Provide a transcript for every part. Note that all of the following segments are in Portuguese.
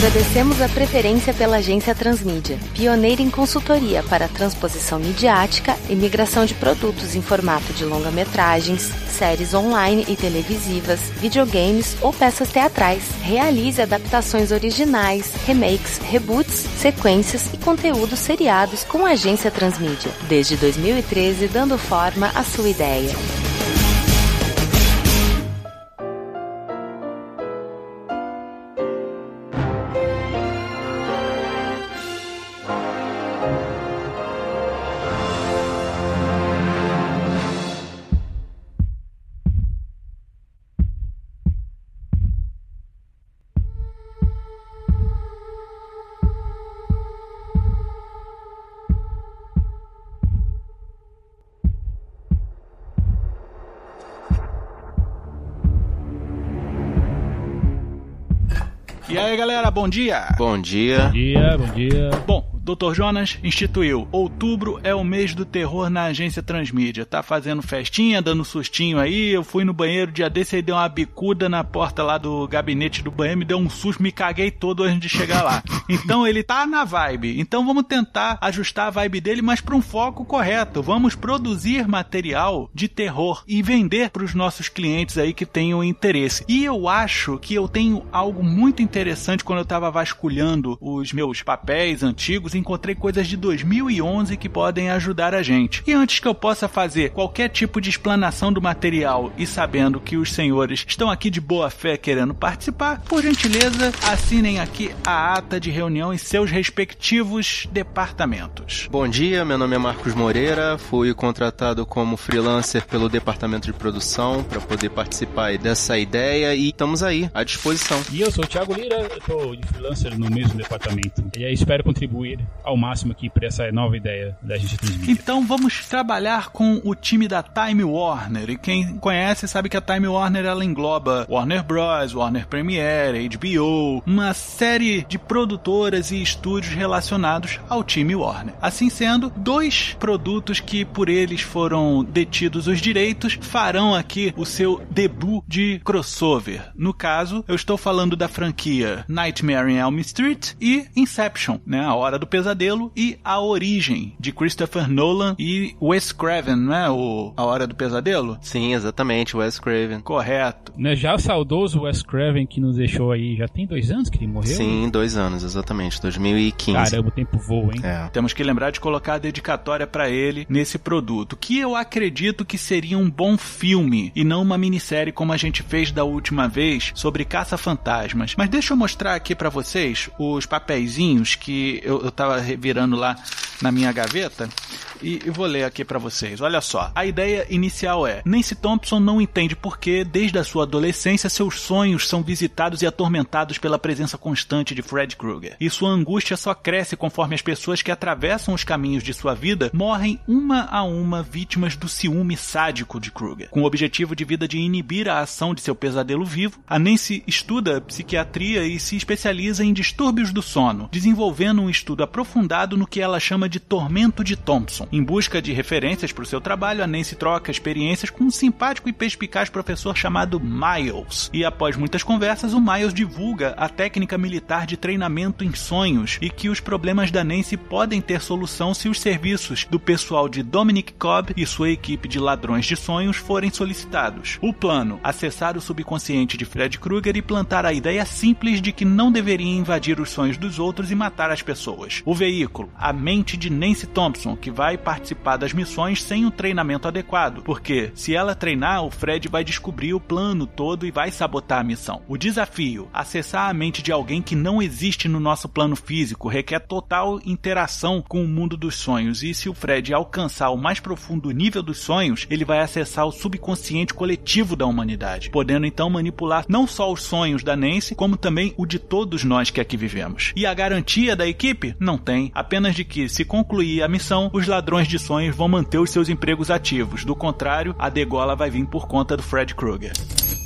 Agradecemos a preferência pela agência Transmídia, pioneira em consultoria para transposição midiática e migração de produtos em formato de longa-metragens, séries online e televisivas, videogames ou peças teatrais. Realize adaptações originais, remakes, reboots, sequências e conteúdos seriados com a agência Transmídia. Desde 2013, dando forma à sua ideia. E aí, galera, bom dia! Bom dia. Bom dia, bom dia. Bom, Dr. Jonas instituiu: outubro é o mês do terror na agência Transmídia. Tá fazendo festinha, dando sustinho aí. Eu fui no banheiro dia desse e dei uma bicuda na porta lá do gabinete do banheiro, me deu um susto, me caguei todo antes de chegar lá. Então ele tá na vibe. Então vamos tentar ajustar a vibe dele, mas para um foco correto. Vamos produzir material de terror e vender para os nossos clientes aí que tenham interesse. E eu acho que eu tenho algo muito interessante quando eu tava vasculhando os meus papéis antigos. Encontrei coisas de 2011 que podem ajudar a gente. E antes que eu possa fazer qualquer tipo de explanação do material e sabendo que os senhores estão aqui de boa fé querendo participar, por gentileza, assinem aqui a ata de reunião em seus respectivos departamentos. Bom dia, meu nome é Marcos Moreira, fui contratado como freelancer pelo departamento de produção para poder participar aí dessa ideia e estamos aí, à disposição. E eu sou o Thiago Lira, estou de freelancer no mesmo departamento. E aí espero contribuir ao máximo aqui para essa nova ideia da gente transmitir. Então vamos trabalhar com o time da Time Warner. E quem conhece sabe que a Time Warner ela engloba Warner Bros, Warner Premiere, HBO, uma série de produtoras e estúdios relacionados ao time Warner. Assim sendo, 2 produtos que por eles foram detidos os direitos farão aqui o seu debut de crossover. No caso, eu estou falando da franquia Nightmare on Elm Street e Inception, né? A Hora do Pesadelo e A Origem, de Christopher Nolan e Wes Craven, não é? A Hora do Pesadelo? Sim, exatamente, Wes Craven. Correto. Né, já o saudoso Wes Craven que nos deixou aí, já tem 2 anos que ele morreu? Sim, 2 anos, exatamente, 2015. Caramba, o tempo voa, hein? É. Temos que lembrar de colocar a dedicatória pra ele nesse produto, que eu acredito que seria um bom filme e não uma minissérie como a gente fez da última vez sobre caça-fantasmas. Mas deixa eu mostrar aqui pra vocês os papeizinhos que eu tava revirando lá na minha gaveta e eu vou ler aqui pra vocês. Olha só, a ideia inicial é: Nancy Thompson não entende por que, desde a sua adolescência, seus sonhos são visitados e atormentados pela presença constante de Fred Krueger. E sua angústia só cresce conforme as pessoas que atravessam os caminhos de sua vida morrem uma a uma vítimas do ciúme sádico de Krueger. Com o objetivo de vida de inibir a ação de seu pesadelo vivo, a Nancy estuda psiquiatria e se especializa em distúrbios do sono, desenvolvendo um estudo aprofundado no que ela chama de tormento de Thompson. Em busca de referências para o seu trabalho, a Nancy troca experiências com um simpático e perspicaz professor chamado Miles. E após muitas conversas, o Miles divulga a técnica militar de treinamento em sonhos e que os problemas da Nancy podem ter solução se os serviços do pessoal de Dominic Cobb e sua equipe de ladrões de sonhos forem solicitados. O plano: acessar o subconsciente de Fred Krueger e plantar a ideia simples de que não deveria invadir os sonhos dos outros e matar as pessoas. O veículo: a mente de Nancy Thompson, que vai participar das missões sem um treinamento adequado, porque se ela treinar, o Fred vai descobrir o plano todo e vai sabotar a missão. O desafio: acessar a mente de alguém que não existe no nosso plano físico, requer total interação com o mundo dos sonhos, e se o Fred alcançar o mais profundo nível dos sonhos, ele vai acessar o subconsciente coletivo da humanidade, podendo então manipular não só os sonhos da Nancy, como também o de todos nós que aqui vivemos. E a garantia da equipe? Não tem, apenas de que, se concluir a missão, os ladrões de sonhos vão manter os seus empregos ativos. Do contrário, a degola vai vir por conta do Fred Krueger.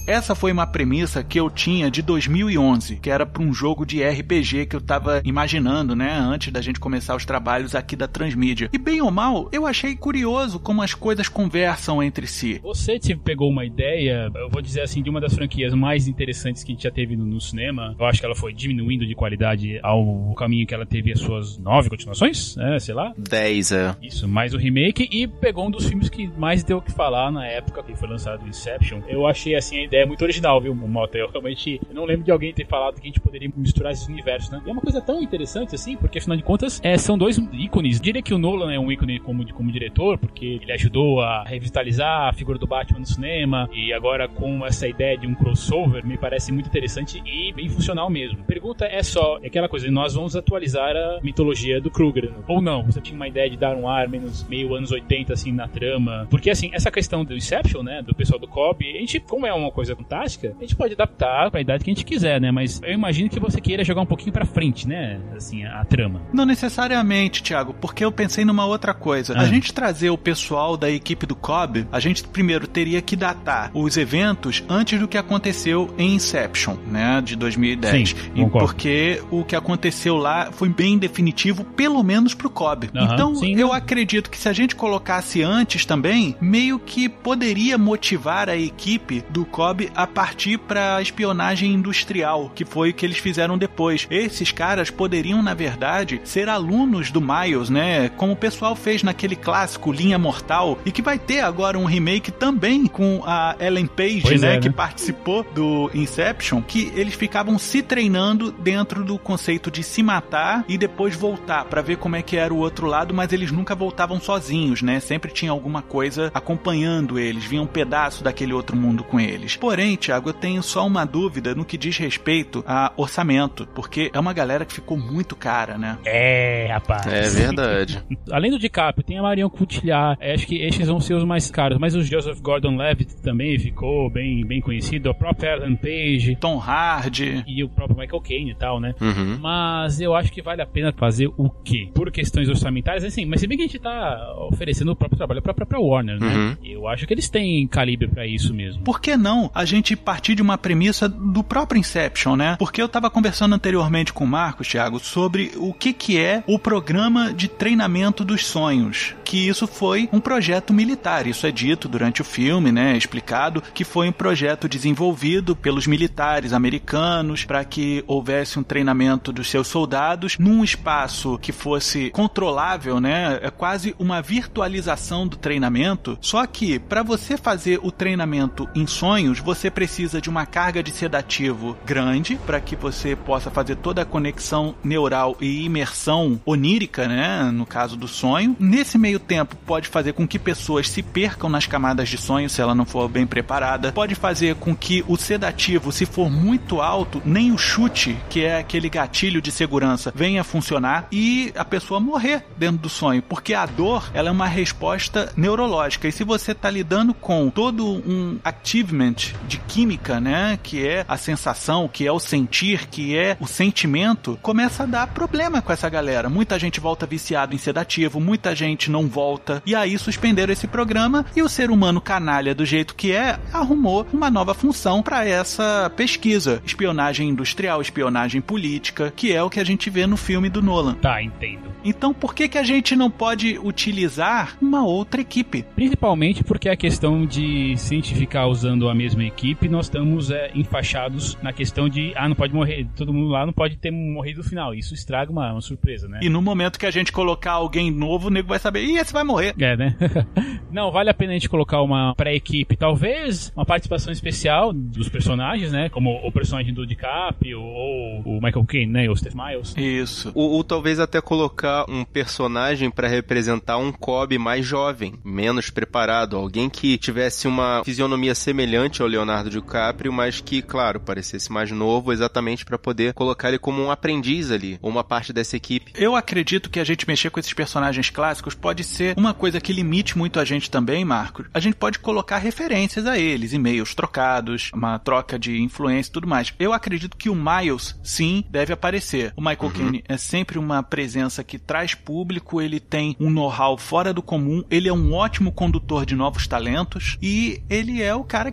essa foi uma premissa que eu tinha de 2011, que era para um jogo de RPG que eu tava imaginando, né, antes da gente começar os trabalhos aqui da Transmídia. E bem ou mal, eu achei curioso como as coisas conversam entre si. Você pegou uma ideia, eu vou dizer assim, de uma das franquias mais interessantes que a gente já teve no cinema. Eu acho que ela foi diminuindo de qualidade ao caminho que ela teve as suas 9 continuações, sei lá. 10, Isso, mais o remake, e pegou um dos filmes que mais deu o que falar na época que foi lançado o Inception. Eu achei, assim, a ideia muito original, viu, Mota? Eu realmente não lembro de alguém ter falado que a gente poderia misturar esses universos, né? E é uma coisa tão interessante, assim, porque afinal de contas, são dois ícones. Eu diria que o Nolan é um ícone como diretor, porque ele ajudou a revitalizar a figura do Batman no cinema, e agora com essa ideia de um crossover, me parece muito interessante e bem funcional mesmo. A pergunta é aquela coisa, nós vamos atualizar a mitologia do Kruger, ou não? Você tinha uma ideia de dar um ar meio anos 80, assim, na trama? Porque, assim, essa questão do Inception, né, do pessoal do Cobb, a gente, como é uma coisa fantástica, a gente pode adaptar pra idade que a gente quiser, né, mas eu imagino que você queira jogar um pouquinho pra frente, né, assim, a trama. Não necessariamente, Thiago, porque eu pensei numa outra coisa. A gente trazer o pessoal da equipe do Cobb, a gente primeiro teria que datar os eventos antes do que aconteceu em Inception, né, de 2010. Sim, porque o que aconteceu lá foi bem definitivo, pelo menos pro Cobb. Então, eu acredito que se a gente colocasse antes também, meio que poderia motivar a equipe do Cobb a partir pra espionagem industrial, que foi o que eles fizeram depois. Esses caras poderiam, na verdade, ser alunos do Miles, né, como o pessoal fez naquele clássico Linha Mortal, e que vai ter agora um remake também com a Ellen Page, né, que participou do Inception, que eles ficavam se treinando dentro do conceito de se matar e depois voltar pra ver como é que era o outro lado, mas eles nunca voltavam sozinhos, né? Sempre tinha alguma coisa acompanhando eles, vinha um pedaço daquele outro mundo com eles. Porém, Thiago, eu tenho só uma dúvida no que diz respeito a orçamento, porque é uma galera que ficou muito cara, né? Rapaz. É verdade. Além do DiCaprio, tem a Marion Cotillard, acho que esses vão ser os mais caros, mas o Joseph Gordon-Levitt também ficou bem conhecido, a própria Ellen Page, Tom Hardy e o próprio Michael Caine e tal, né? Mas eu acho que vale a pena fazer o quê? Por questões orçamentárias, assim, mas se bem que a gente tá oferecendo o próprio trabalho pra própria Warner, né? Eu acho que eles têm calibre pra isso mesmo. Por que não a gente partir de uma premissa do próprio Inception, né? Porque eu tava conversando anteriormente com o Marcos, Thiago, sobre o que é o programa de treinamento dos sonhos, que isso foi um projeto militar, isso é dito durante o filme, né? Explicado que foi um projeto desenvolvido pelos militares americanos para que houvesse um treinamento dos seus soldados num espaço que fosse controlável, né? É quase uma virtualização do treinamento, só que para você fazer o treinamento em sonhos, você precisa de uma carga de sedativo grande para que você possa fazer toda a conexão neural e imersão onírica, né? No caso do sonho. Nesse meio tempo, pode fazer com que pessoas se percam nas camadas de sonho se ela não for bem preparada. Pode fazer com que o sedativo, se for muito alto, nem o chute, que é aquele gatilho de segurança, venha a funcionar e a pessoa morrer dentro do sonho, porque a dor, ela é uma resposta neurológica, e se você está lidando com todo um achievement de química, né, que é a sensação, que é o sentir, que é o sentimento, começa a dar problema com essa galera. Muita gente volta viciado em sedativo, muita gente não volta, e aí suspenderam esse programa, e o ser humano canalha do jeito que arrumou uma nova função para essa pesquisa, espionagem industrial, espionagem política, que é o que a gente vê no filme do Nolan. Tá, entendo. Então por que a gente não pode utilizar uma outra equipe? Principalmente porque a questão de se a gente ficar usando a mesma equipe, nós estamos enfaixados na questão de, não pode morrer, todo mundo lá não pode ter morrido no final. Isso estraga uma surpresa, né? E no momento que a gente colocar alguém novo, o nego vai saber, esse vai morrer. Né? Não, vale a pena a gente colocar uma pré-equipe, talvez uma participação especial dos personagens, né? Como o personagem do DiCaprio ou o Michael Caine, né? O Steph Miles. Isso. Ou talvez até colocar um personagem para representar um Cobb mais jovem, menos preparado, alguém que tivesse uma fisionomia semelhante ao Leonardo DiCaprio, mas que, claro, parecesse mais novo, exatamente para poder colocar ele como um aprendiz ali, ou uma parte dessa equipe. Eu acredito que a gente mexer com esses personagens clássicos pode ser uma coisa que limite muito a gente também, Marcos. A gente pode colocar referências a eles, e-mails trocados, uma troca de influência e tudo mais. Eu acredito que o Miles, sim, deve aparecer. O Michael Caine é sempre uma presença que traz público, ele tem um know-how fora do comum, ele é um ótimo condutor de novos talentos e ele é o cara que faz o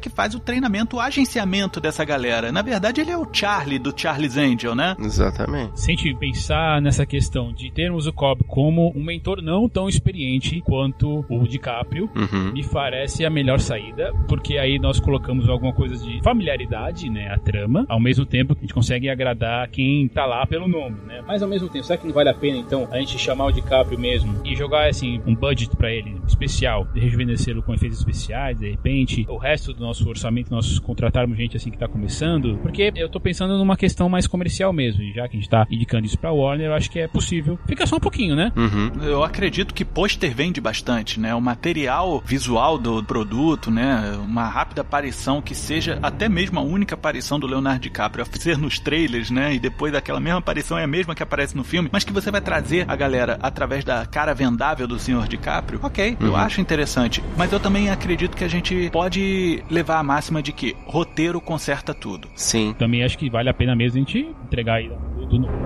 treinamento, o agenciamento dessa galera. Na verdade, ele é o Charlie do Charlie's Angel, né? Exatamente. Se a gente pensar nessa questão de termos o Cobb como um mentor não tão experiente quanto o DiCaprio, me parece a melhor saída, porque aí nós colocamos alguma coisa de familiaridade, né, a trama, ao mesmo tempo que a gente consegue agradar quem tá lá pelo nome, né? Mas ao mesmo tempo, será que não vale a pena, então, a gente chamar o DiCaprio mesmo e jogar, assim, um budget pra ele especial, de rejuvenescê-lo com efeitos especiais, de repente, o resto do nosso orçamento nós contratarmos gente assim que tá começando? Porque eu tô pensando numa questão mais comercial mesmo, e já que a gente tá indicando isso pra Warner, eu acho que é possível. Fica só um pouquinho, né? Eu acredito que pôster vende bastante, né? O material visual do produto, né? Uma rápida aparição que seja até mesmo a única aparição do Leonardo DiCaprio a ser nos trailers, né? E depois daquela mesma aparição é a mesma que aparece no filme, mas que você vai trazer a galera através da cara vendável do Sr. DiCaprio. Ok, eu acho interessante. Mas eu também acredito que a gente pode levar a máxima de que roteiro conserta tudo. Sim. Também acho que vale a pena mesmo a gente entregar aí tudo novo.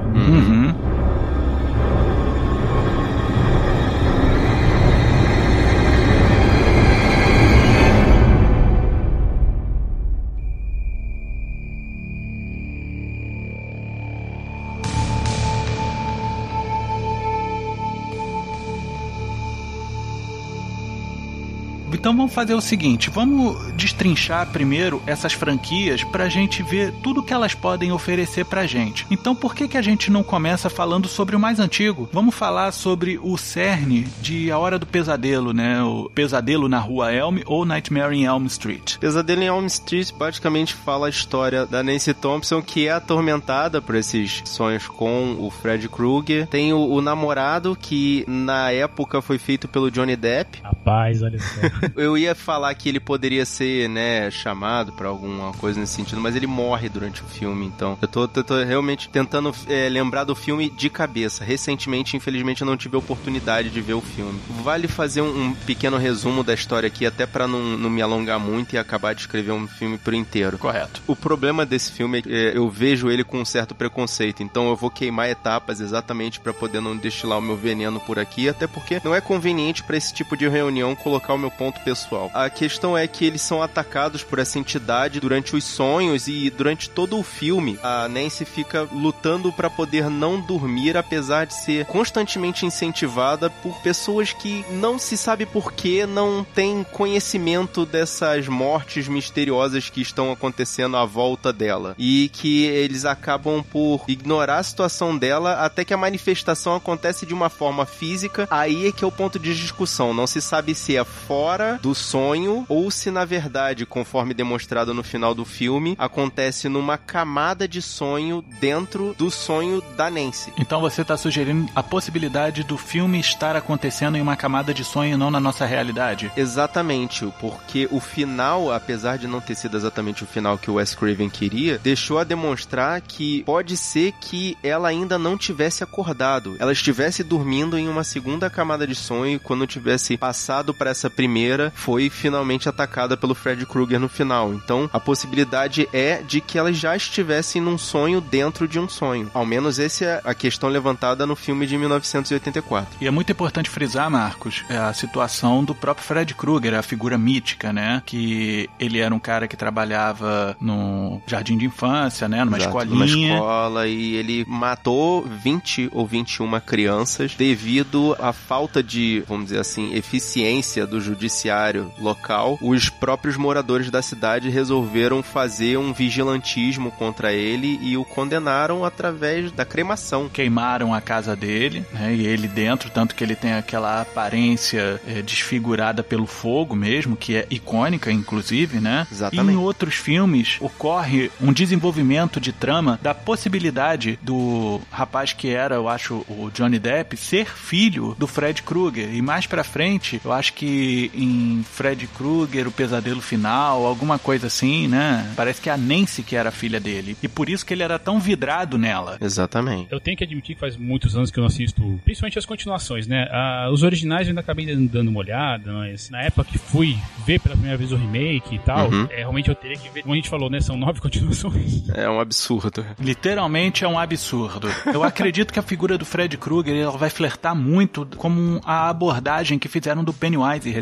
Então vamos fazer o seguinte, vamos destrinchar primeiro essas franquias pra gente ver tudo que elas podem oferecer pra gente. Então por que a gente não começa falando sobre o mais antigo? Vamos falar sobre o cerne de A Hora do Pesadelo, né? O Pesadelo na Rua Elm ou Nightmare in Elm Street. Pesadelo em Elm Street basicamente fala a história da Nancy Thompson, que é atormentada por esses sonhos com o Fred Krueger. Tem o namorado, que na época foi feito pelo Johnny Depp. Rapaz, olha só. Eu ia falar que ele poderia ser, né, chamado pra alguma coisa nesse sentido, mas ele morre durante o filme, então eu tô realmente tentando lembrar do filme de cabeça. Recentemente, infelizmente, eu não tive a oportunidade de ver o filme. Vale fazer um pequeno resumo da história aqui, até pra não me alongar muito e acabar de escrever um filme por inteiro. Correto. O problema desse filme é que eu vejo ele com um certo preconceito, então eu vou queimar etapas exatamente pra poder não destilar o meu veneno por aqui, até porque não é conveniente pra esse tipo de reunião colocar o meu ponto pessoal. A questão é que eles são atacados por essa entidade durante os sonhos e durante todo o filme a Nancy fica lutando pra poder não dormir, apesar de ser constantemente incentivada por pessoas que não se sabe por que não têm conhecimento dessas mortes misteriosas que estão acontecendo à volta dela e que eles acabam por ignorar a situação dela até que a manifestação acontece de uma forma física. Aí é que é o ponto de discussão. Não se sabe se é fora do sonho ou se na verdade, conforme demonstrado no final do filme, acontece numa camada de sonho dentro do sonho da Nancy. Então você está sugerindo a possibilidade do filme estar acontecendo em uma camada de sonho e não na nossa realidade? Exatamente, porque o final, apesar de não ter sido exatamente o final que o Wes Craven queria, deixou a demonstrar que pode ser que ela ainda não tivesse acordado, ela estivesse dormindo em uma segunda camada de sonho e quando tivesse passado para essa primeira, foi finalmente atacada pelo Fred Krueger no final. Então, a possibilidade é de que elas já estivessem num sonho dentro de um sonho. Ao menos essa é a questão levantada no filme de 1984. E é muito importante frisar, Marcos, a situação do próprio Fred Krueger, a figura mítica, né? Que ele era um cara que trabalhava no jardim de infância, né? Numa escolinha. Numa escola, e ele matou 20 ou 21 crianças devido à falta de, vamos dizer assim, eficiência do judiciário local. Os próprios moradores da cidade resolveram fazer um vigilantismo contra ele e o condenaram através da cremação. Queimaram a casa dele, né? E ele dentro, tanto que ele tem aquela aparência desfigurada pelo fogo mesmo, que é icônica, inclusive, né? Exatamente. E em outros filmes ocorre um desenvolvimento de trama da possibilidade do rapaz que era, eu acho, o Johnny Depp, ser filho do Fred Krueger. E mais pra frente, eu acho que em Fred Krueger, o pesadelo final, alguma coisa assim, né? Parece que é a Nancy que era a filha dele. E por isso que ele era tão vidrado nela. Exatamente. Eu tenho que admitir que faz muitos anos que eu não assisto, principalmente as continuações, né? Os originais eu ainda acabei dando uma olhada, mas na época que fui ver pela primeira vez o remake e tal, realmente eu teria que ver. Como a gente falou, né? São 9 continuações. É um absurdo. Literalmente é um absurdo. Eu acredito que a figura do Fred Krueger ela vai flertar muito com a abordagem que fizeram do Pennywise recentemente,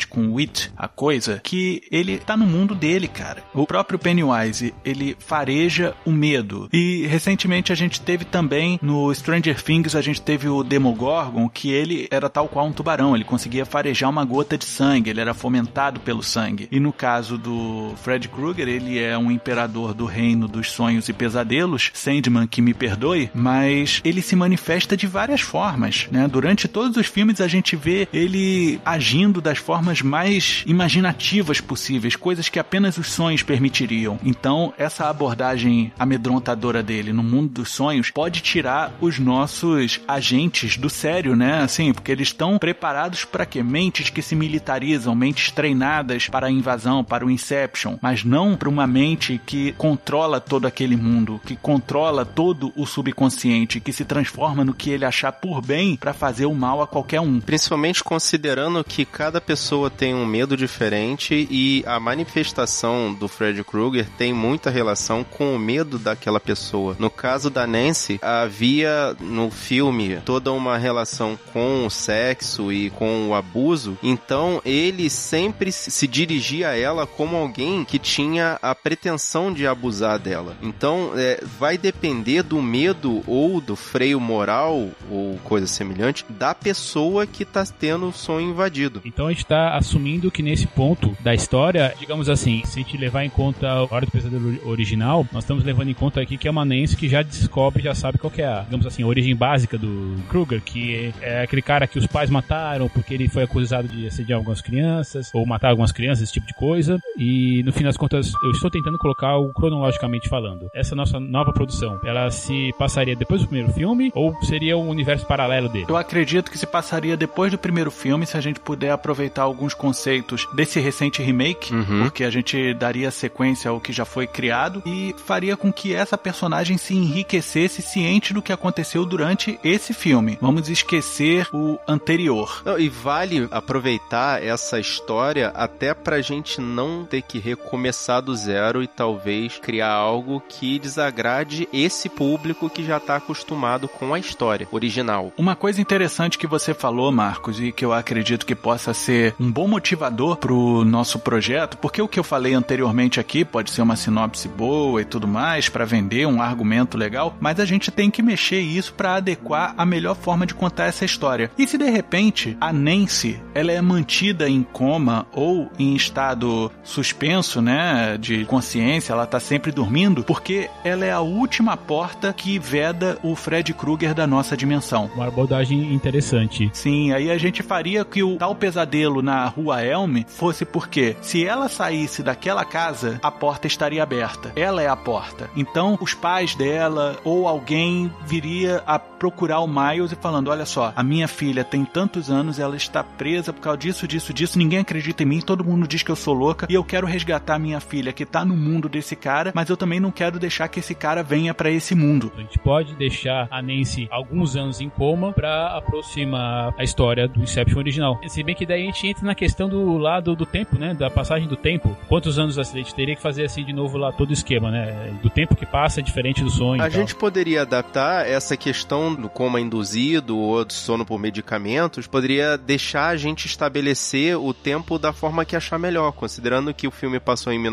It com It, a coisa, que ele tá no mundo dele, cara. O próprio Pennywise, ele fareja o medo. E recentemente a gente teve também, no Stranger Things, a gente teve o Demogorgon, que ele era tal qual um tubarão, ele conseguia farejar uma gota de sangue, ele era fomentado pelo sangue. E no caso do Fred Krueger, ele é um imperador do reino dos sonhos e pesadelos, Sandman que me perdoe, mas ele se manifesta de várias formas, né? Durante todos os filmes a gente vê ele agindo das formas mais imaginativas possíveis, coisas que apenas os sonhos permitiriam. Então, essa abordagem amedrontadora dele no mundo dos sonhos pode tirar os nossos agentes do sério, né? Assim, porque eles estão preparados para quê? Mentes que se militarizam, mentes treinadas para a invasão, para o Inception, mas não para uma mente que controla todo aquele mundo, que controla todo o subconsciente, que se transforma no que ele achar por bem para fazer o mal a qualquer um. Principalmente considerando que cada pessoa tem um medo diferente e a manifestação do Fred Krueger tem muita relação com o medo daquela pessoa. No caso da Nancy, havia no filme toda uma relação com o sexo e com o abuso, então ele sempre se dirigia a ela como alguém que tinha a pretensão de abusar dela. Então, vai depender do medo ou do freio moral ou coisa semelhante da pessoa que tá tendo o sonho invadido. Então a gente tá assumindo que nesse ponto da história, digamos assim, se a gente levar em conta a Hora do Pesadelo original, nós estamos levando em conta aqui que é uma Nancy que já descobre, já sabe qual que é digamos assim, a origem básica do Krueger, que é aquele cara que os pais mataram porque ele foi acusado de assediar algumas crianças, ou matar algumas crianças, esse tipo de coisa, e no fim das contas eu estou tentando colocar algo cronologicamente falando. Essa nossa nova produção, ela se passaria depois do primeiro filme, ou seria um universo paralelo dele? Eu acredito que se passaria depois do primeiro filme, se a gente puder aproveitar alguns conceitos desse recente remake, porque a gente daria sequência ao que já foi criado e faria com que essa personagem se enriquecesse ciente do que aconteceu durante esse filme. Vamos esquecer o anterior. Não, e vale aproveitar essa história até pra gente não ter que recomeçar do zero e talvez criar algo que desagrade esse público que já tá acostumado com a história original. Uma coisa interessante que você falou, Marcos, e que eu acredito que possa ser um bom motivador pro nosso projeto, porque o que eu falei anteriormente aqui pode ser uma sinopse boa e tudo mais, pra vender um argumento legal, mas a gente tem que mexer isso pra adequar a melhor forma de contar essa história. E se de repente a Nancy, ela é mantida em coma ou em estado suspenso, né, de consciência, ela tá sempre dormindo, porque ela é a última porta que veda o Fred Krueger da nossa dimensão. Uma abordagem interessante. Sim, aí a gente faria que o tal pesadelo na Rua Elm fosse porque se ela saísse daquela casa, a porta estaria aberta. Ela é a porta. Então, os pais dela ou alguém viria a procurar o Miles e falando, olha só, a minha filha tem tantos anos, ela está presa por causa disso, ninguém acredita em mim, todo mundo diz que eu sou louca e eu quero resgatar minha filha que tá no mundo desse cara, mas eu também não quero deixar que esse cara venha pra esse mundo. A gente pode deixar a Nancy alguns anos em coma pra aproximar a história do Inception original. Se bem que daí a gente entra na questão do lado do tempo, né, da passagem do tempo. Quantos anos a gente teria que fazer assim de novo lá todo o esquema, né, do tempo que passa é diferente do sonho. A gente poderia adaptar essa questão do coma induzido ou do sono por medicamentos, poderia deixar a gente estabelecer o tempo da forma que achar melhor, considerando que o filme passou em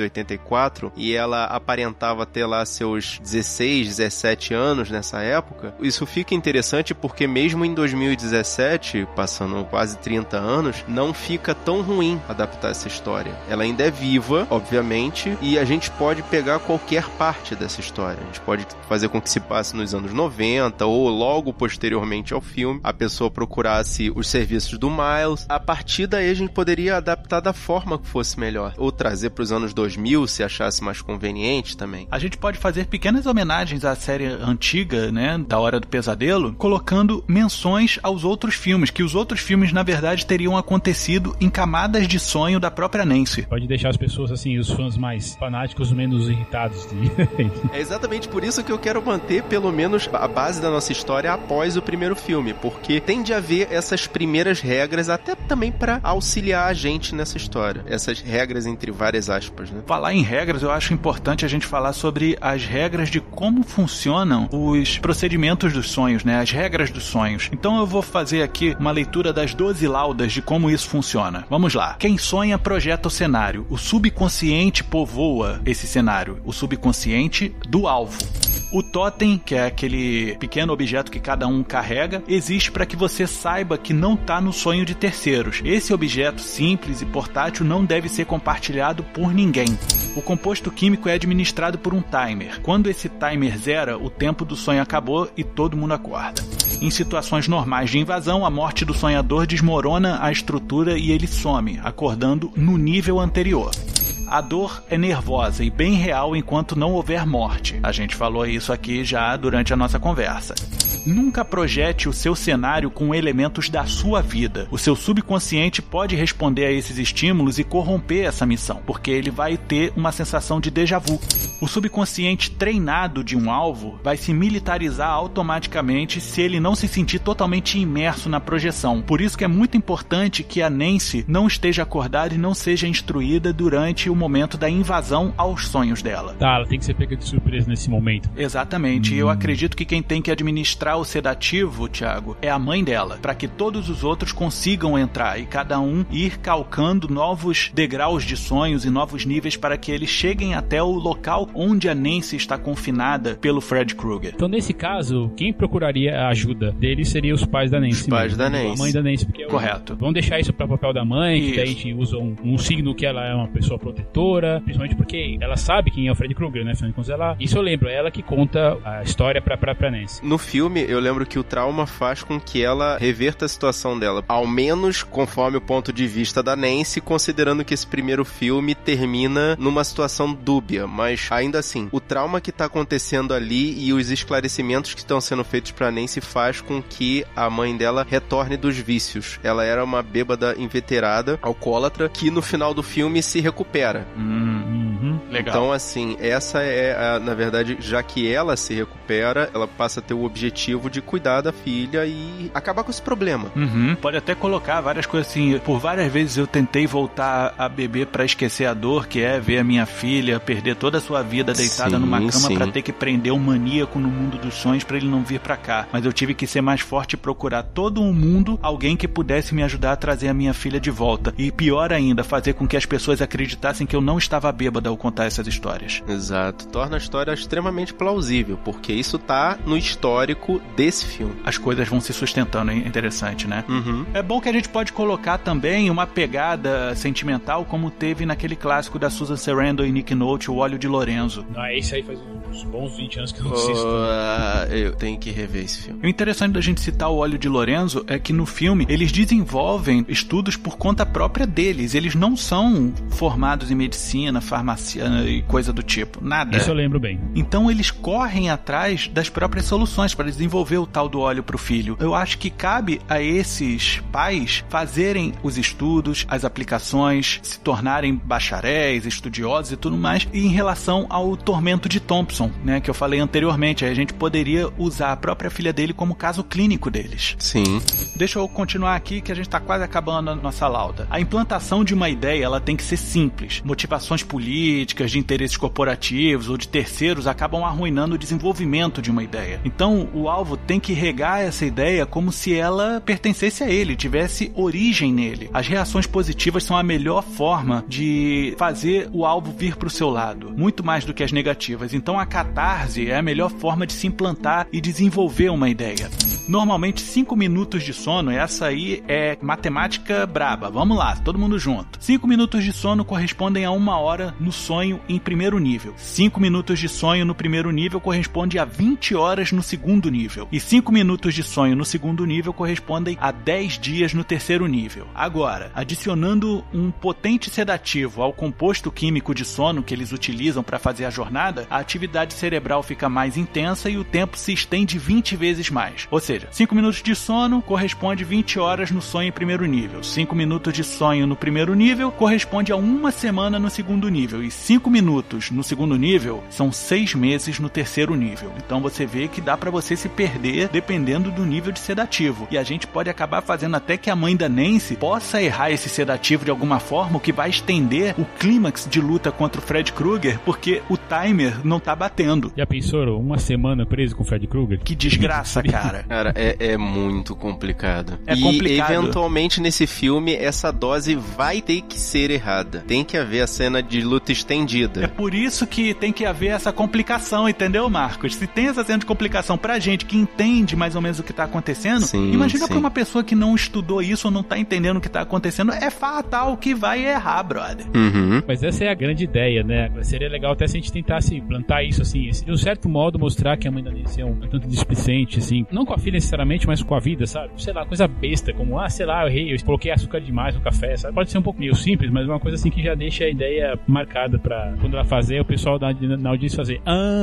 1984 e ela aparentava ter lá seus 16, 17 anos nessa época. Isso fica interessante porque mesmo em 2017, passando quase 30 anos, não fica tão ruim adaptar essa história. Ela ainda é viva, obviamente, e a gente pode pegar qualquer parte dessa história. A gente pode fazer com que se passe nos anos 90 ou logo posteriormente ao filme, a pessoa procurasse os serviços do Miles. A partir daí a gente poderia adaptar da forma que fosse melhor. Ou trazer para os anos 2000, se achasse mais conveniente também. A gente pode fazer pequenas homenagens à série antiga, né, da Hora do Pesadelo, colocando menções aos outros filmes, que os outros filmes, na verdade, teriam acontecido em camadas de sonho da própria Nancy. Pode deixar as pessoas, assim, os fãs mais fanáticos, menos irritados. É exatamente por isso que eu quero manter, pelo menos, a base da nossa história após o primeiro filme, porque tem de haver essas primeiras regras, até também para auxiliar a gente nessa história. Essas regras entre várias aspas, né? Falar em regras, eu acho importante a gente falar sobre as regras de como funcionam os procedimentos dos sonhos, né? As regras dos sonhos. Então eu vou fazer aqui uma leitura das 12 laudas de como isso funciona? Vamos lá. Quem sonha projeta o cenário. O subconsciente povoa esse cenário. O subconsciente do alvo. O totem, que é aquele pequeno objeto que cada um carrega, existe para que você saiba que não está no sonho de terceiros. Esse objeto simples e portátil não deve ser compartilhado por ninguém. O composto químico é administrado por um timer. Quando esse timer zera, o tempo do sonho acabou e todo mundo acorda. Em situações normais de invasão, a morte do sonhador desmorona a estrutura e ele some, acordando no nível anterior. A dor é nervosa e bem real enquanto não houver morte. A gente falou isso aqui já durante a nossa conversa. Nunca projete o seu cenário com elementos da sua vida. O seu subconsciente pode responder a esses estímulos e corromper essa missão, porque ele vai ter uma sensação de déjà vu. O subconsciente treinado de um alvo vai se militarizar automaticamente se ele não se sentir totalmente imerso na projeção. Por isso que é muito importante que a Nancy não esteja acordada e não seja instruída durante o momento da invasão aos sonhos dela. Tá, ela tem que ser pega de surpresa nesse momento. Exatamente. E eu acredito que quem tem que administrar o sedativo, Thiago, é a mãe dela, para que todos os outros consigam entrar e cada um ir calcando novos degraus de sonhos e novos níveis para que eles cheguem até o local onde a Nancy está confinada pelo Fred Krueger. Então, nesse caso, quem procuraria a ajuda deles seria os pais da Nancy. Os pais da Nancy. A mãe da Nancy. Porque correto. Vamos deixar isso para o papel da mãe, que daí a gente usa um signo que ela é uma pessoa protetora, principalmente porque ela sabe quem é o Fred Krueger, né? Isso eu lembro, é ela que conta a história pra Nancy. No filme, eu lembro que o trauma faz com que ela reverta a situação dela, ao menos conforme o ponto de vista da Nancy, considerando que esse primeiro filme termina numa situação dúbia, mas ainda assim, o trauma que tá acontecendo ali e os esclarecimentos que estão sendo feitos pra Nancy faz com que a mãe dela retorne dos vícios. Ela era uma bêbada inveterada, alcoólatra, que no final do filme se recupera. Legal. Então, assim, essa é, na verdade, já que ela se recupera, ela passa a ter o objetivo de cuidar da filha e acabar com esse problema. Pode até colocar várias coisas assim. Por várias vezes eu tentei voltar a beber pra esquecer a dor que é ver a minha filha perder toda a sua vida deitada numa cama pra ter que prender um maníaco no mundo dos sonhos pra ele não vir pra cá. Mas eu tive que ser mais forte e procurar todo o mundo alguém que pudesse me ajudar a trazer a minha filha de volta. E pior ainda, fazer com que as pessoas acreditassem que eu não estava bêbada ao contar essas histórias. Exato. Torna a história extremamente plausível, porque isso tá no histórico desse filme. As coisas vão se sustentando, é interessante, né? É bom que a gente pode colocar também uma pegada sentimental como teve naquele clássico da Susan Sarandon e Nick Nolte, O Olho de Lorenzo. Esse aí faz uns bons 20 anos que eu não assisto. Eu tenho que rever esse filme. O interessante da gente citar O Olho de Lorenzo é que no filme eles desenvolvem estudos por conta própria deles. Eles não são formados em medicina, farmácia e coisa do tipo. Nada. Isso eu lembro bem. Então eles correm atrás das próprias soluções para desenvolver o tal do óleo pro filho. Eu acho que cabe a esses pais fazerem os estudos, as aplicações, se tornarem bacharéis, estudiosos e tudo mais. E em relação ao tormento de Thompson, né, que eu falei anteriormente, a gente poderia usar a própria filha dele como caso clínico deles. Sim. Deixa eu continuar aqui que a gente tá quase acabando a nossa lauda. A implantação de uma ideia, ela tem que ser simples. Motivações políticas, de interesses corporativos ou de terceiros acabam arruinando o desenvolvimento de uma ideia. Então, o alvo tem que regar essa ideia como se ela pertencesse a ele, tivesse origem nele. As reações positivas são a melhor forma de fazer o alvo vir pro seu lado, muito mais do que as negativas. Então, a catarse é a melhor forma de se implantar e desenvolver uma ideia. Normalmente 5 minutos de sono, essa aí é matemática braba. Vamos lá, todo mundo junto. 5 minutos de sono correspondem a 1 hora no sonho em primeiro nível. 5 minutos de sonho no primeiro nível corresponde a 20 horas no segundo nível. E 5 minutos de sonho no segundo nível correspondem a 10 dias no terceiro nível. Agora, adicionando um potente sedativo ao composto químico de sono que eles utilizam para fazer a jornada, a atividade cerebral fica mais intensa e o tempo se estende 20 vezes mais. Ou seja, 5 minutos de sono corresponde 20 horas no sonho em primeiro nível. 5 minutos de sonho no primeiro nível corresponde a 1 semana no segundo nível. E 5 minutos no segundo nível são 6 meses no terceiro nível. Então você vê que dá pra você se perder dependendo do nível de sedativo. E a gente pode acabar fazendo até que a mãe da Nancy possa errar esse sedativo de alguma forma, o que vai estender o clímax de luta contra o Fred Krueger, porque o timer não tá batendo. Já pensou 1 semana preso com o Fred Krueger? Que desgraça, cara. Cara, é muito complicado. É complicado. E, eventualmente, nesse filme, essa dose vai ter que ser errada. Tem que haver a cena de luta estendida. É por isso que tem que haver essa complicação, entendeu, Marcos? Se tem essa cena de complicação pra gente que entende mais ou menos o que tá acontecendo, imagina pra uma pessoa que não estudou isso ou não tá entendendo o que tá acontecendo, é fatal que vai errar, brother. Uhum. Mas essa é a grande ideia, né? Seria legal até se a gente tentasse plantar isso, assim, de um certo modo mostrar que a mãe da Nancy é um tanto displicente, assim, não com a filha necessariamente, mas com a vida, sabe? Sei lá, coisa besta, como, sei lá, eu errei, eu coloquei açúcar demais no café, sabe? Pode ser um pouco meio simples, mas uma coisa assim que já deixa a ideia marcada pra quando ela fazer, o pessoal na audiência fazer,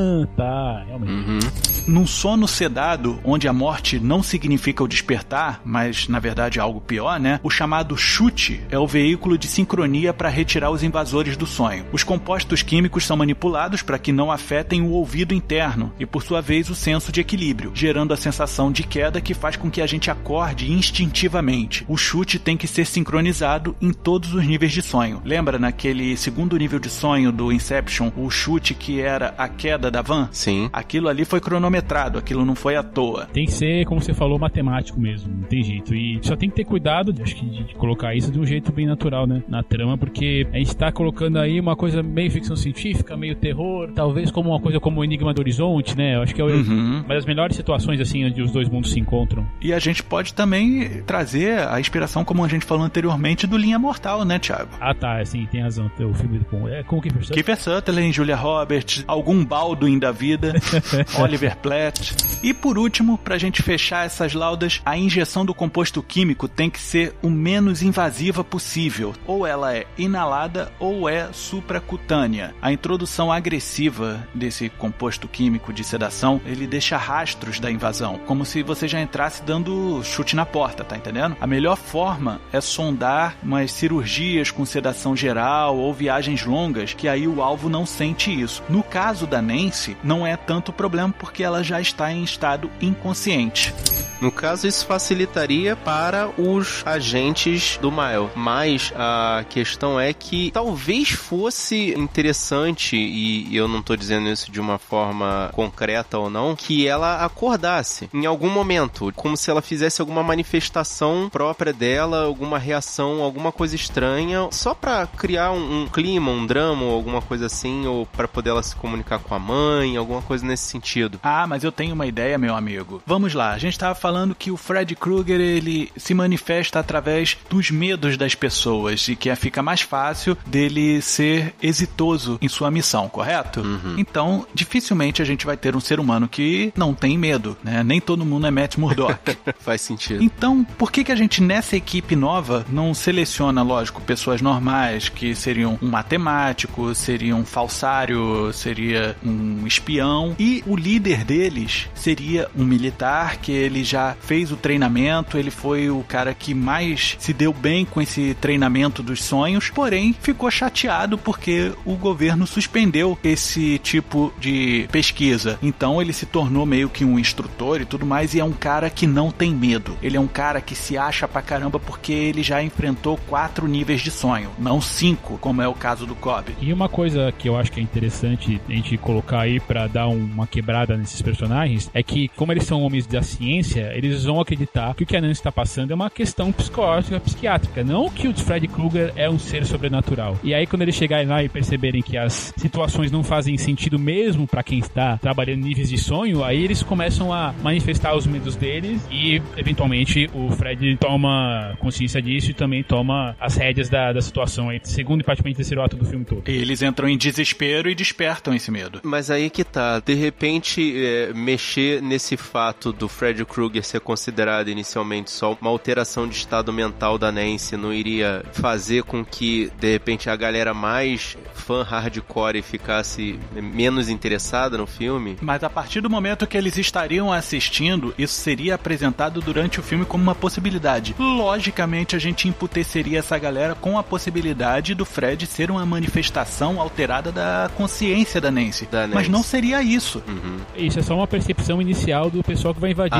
tá, realmente. Uhum. Num sono sedado, onde a morte não significa o despertar, mas na verdade é algo pior, né? O chamado chute é o veículo de sincronia para retirar os invasores do sonho. Os compostos químicos são manipulados para que não afetem o ouvido interno e, por sua vez, o senso de equilíbrio, gerando a sensação de queda que faz com que a gente acorde instintivamente. O chute tem que ser sincronizado em todos os níveis de sonho. Lembra naquele segundo nível de sonho do Inception, o chute que era a queda da van? Sim. Aquilo ali foi cronometrado, aquilo não foi à toa. Tem que ser, como você falou, matemático mesmo, não tem jeito. E só tem que ter cuidado, acho que de colocar isso de um jeito bem natural, né, na trama, porque a gente tá colocando aí uma coisa meio ficção científica, meio terror, talvez como uma coisa como o Enigma do Horizonte, né, eu acho que é uma das melhores situações, assim, onde os dois mundos se encontram. E a gente pode também trazer a inspiração, como a gente falou anteriormente, do Linha Mortal, né, Thiago? Ah, tá, assim, tem razão, o filme com o Kiefer Sutherland. Kiefer Sutherland, Julia Roberts, algum Baldwin da vida, Oliver Platt. E por último, pra gente fechar essas laudas, a injeção do composto químico tem que ser o menos invasiva possível. Ou ela é inalada ou é supracutânea. A introdução agressiva desse composto químico de sedação, ele deixa rastros da invasão, como se você já entrasse dando chute na porta, tá entendendo? A melhor forma é sondar umas cirurgias com sedação geral ou viagens longas, que aí o alvo não sente isso. No caso da Nancy, não é tanto problema porque ela já está em estado inconsciente. No caso, isso facilitaria para os agentes do Miles, mas a questão é que talvez fosse interessante, e eu não estou dizendo isso de uma forma concreta ou não, que ela acordasse em algum momento, como se ela fizesse alguma manifestação própria dela, alguma reação, alguma coisa estranha, só para criar um clima, um drama ou alguma coisa assim, ou para poder ela se comunicar com a mãe, alguma coisa nesse sentido. Ah, mas eu tenho uma ideia, meu amigo. Vamos lá, a gente estava falando que o Freddy Krueger, ele se manifesta através dos medos das pessoas e que fica mais fácil dele ser exitoso em sua missão, correto? Uhum. Então, dificilmente a gente vai ter um ser humano que não tem medo, né? Nem todo mundo é Matt Murdock. Faz sentido. Então, por que a gente nessa equipe nova não seleciona, lógico, pessoas normais que seriam um matemático, seria um falsário, seria um espião e o líder deles seria um militar que ele já fez o treinamento, ele foi o cara que mais se deu bem com esse treinamento dos sonhos, porém ficou chateado porque o governo suspendeu esse tipo de pesquisa. Então ele se tornou meio que um instrutor e tudo mais, e é um cara que não tem medo. Ele é um cara que se acha pra caramba porque ele já enfrentou 4 níveis de sonho, não 5, como é o caso do Cobb. E uma coisa que eu acho que é interessante a gente colocar aí pra dar uma quebrada nesses personagens é que, como eles são homens da ciência, eles vão acreditar que o que a Nancy está passando é uma questão psicológica, psiquiátrica, não que o Freddy Krueger é um ser sobrenatural. E aí, quando eles chegarem lá e perceberem que as situações não fazem sentido mesmo pra quem está trabalhando em níveis de sonho, aí eles começam a manifestar os medos deles e, eventualmente, o Fred toma consciência disso e também toma as rédeas da situação aí, segundo e praticamente terceiro ato do filme todo. Eles entram em desespero e despertam esse medo. Mas aí que tá, de repente, mexer nesse fato do Freddy Krueger ser considerado inicialmente só uma alteração de estado mental da Nancy não iria fazer com que, de repente, a galera mais fã hardcore ficasse menos interessada no filme? Mas a partir do momento que eles estariam assistindo, isso seria apresentado durante o filme como uma possibilidade. Logicamente, a gente emputeceria essa galera com a possibilidade do Fred ser uma manifestação alterada da consciência da Nancy. Mas não seria isso. Uhum. Isso é só uma percepção inicial do pessoal que vai invadir, né? Aquela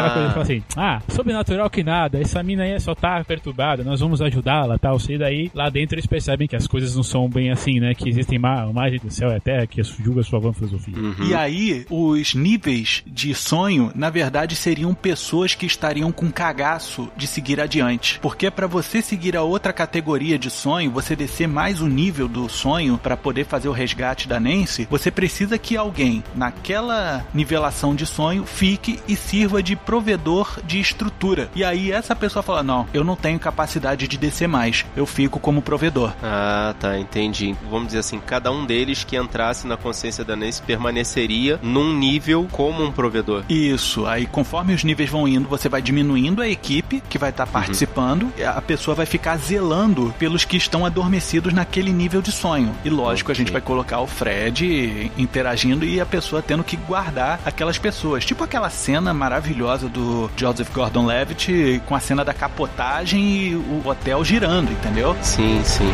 aquela coisa de falar assim, sobrenatural que nada, essa mina aí só tá perturbada, nós vamos ajudá-la, tal. E daí, lá dentro eles percebem que as coisas não são bem assim, né? Que existem mais do céu e a terra que julga a sua vã filosofia. E aí, os níveis de sonho, na verdade, seriam pessoas que estariam com cagaço de seguir adiante. Porque para você seguir a outra categoria de sonho, você descer mais o nível do sonho para poder fazer o resgate da Nancy, você precisa que alguém naquela nivelação de sonho fique e sirva de provedor de estrutura. E aí essa pessoa fala, não, eu não tenho capacidade de descer mais, eu fico como provedor. Ah, tá, entendi. Vamos dizer assim, cada um deles que entrasse na consciência da Nancy permaneceria num nível como um provedor. Isso, aí conforme os níveis vão indo, você vai diminuindo a equipe que vai estar participando, a pessoa vai ficar zelando pelos que estão adormecidos naquele nível de sonho. E lógico, a gente vai colocar o Fred interagindo e a pessoa tendo que guardar aquelas pessoas. Tipo aquela cena maravilhosa do Joseph Gordon-Levitt com a cena da capotagem e o hotel girando, entendeu? Sim, sim.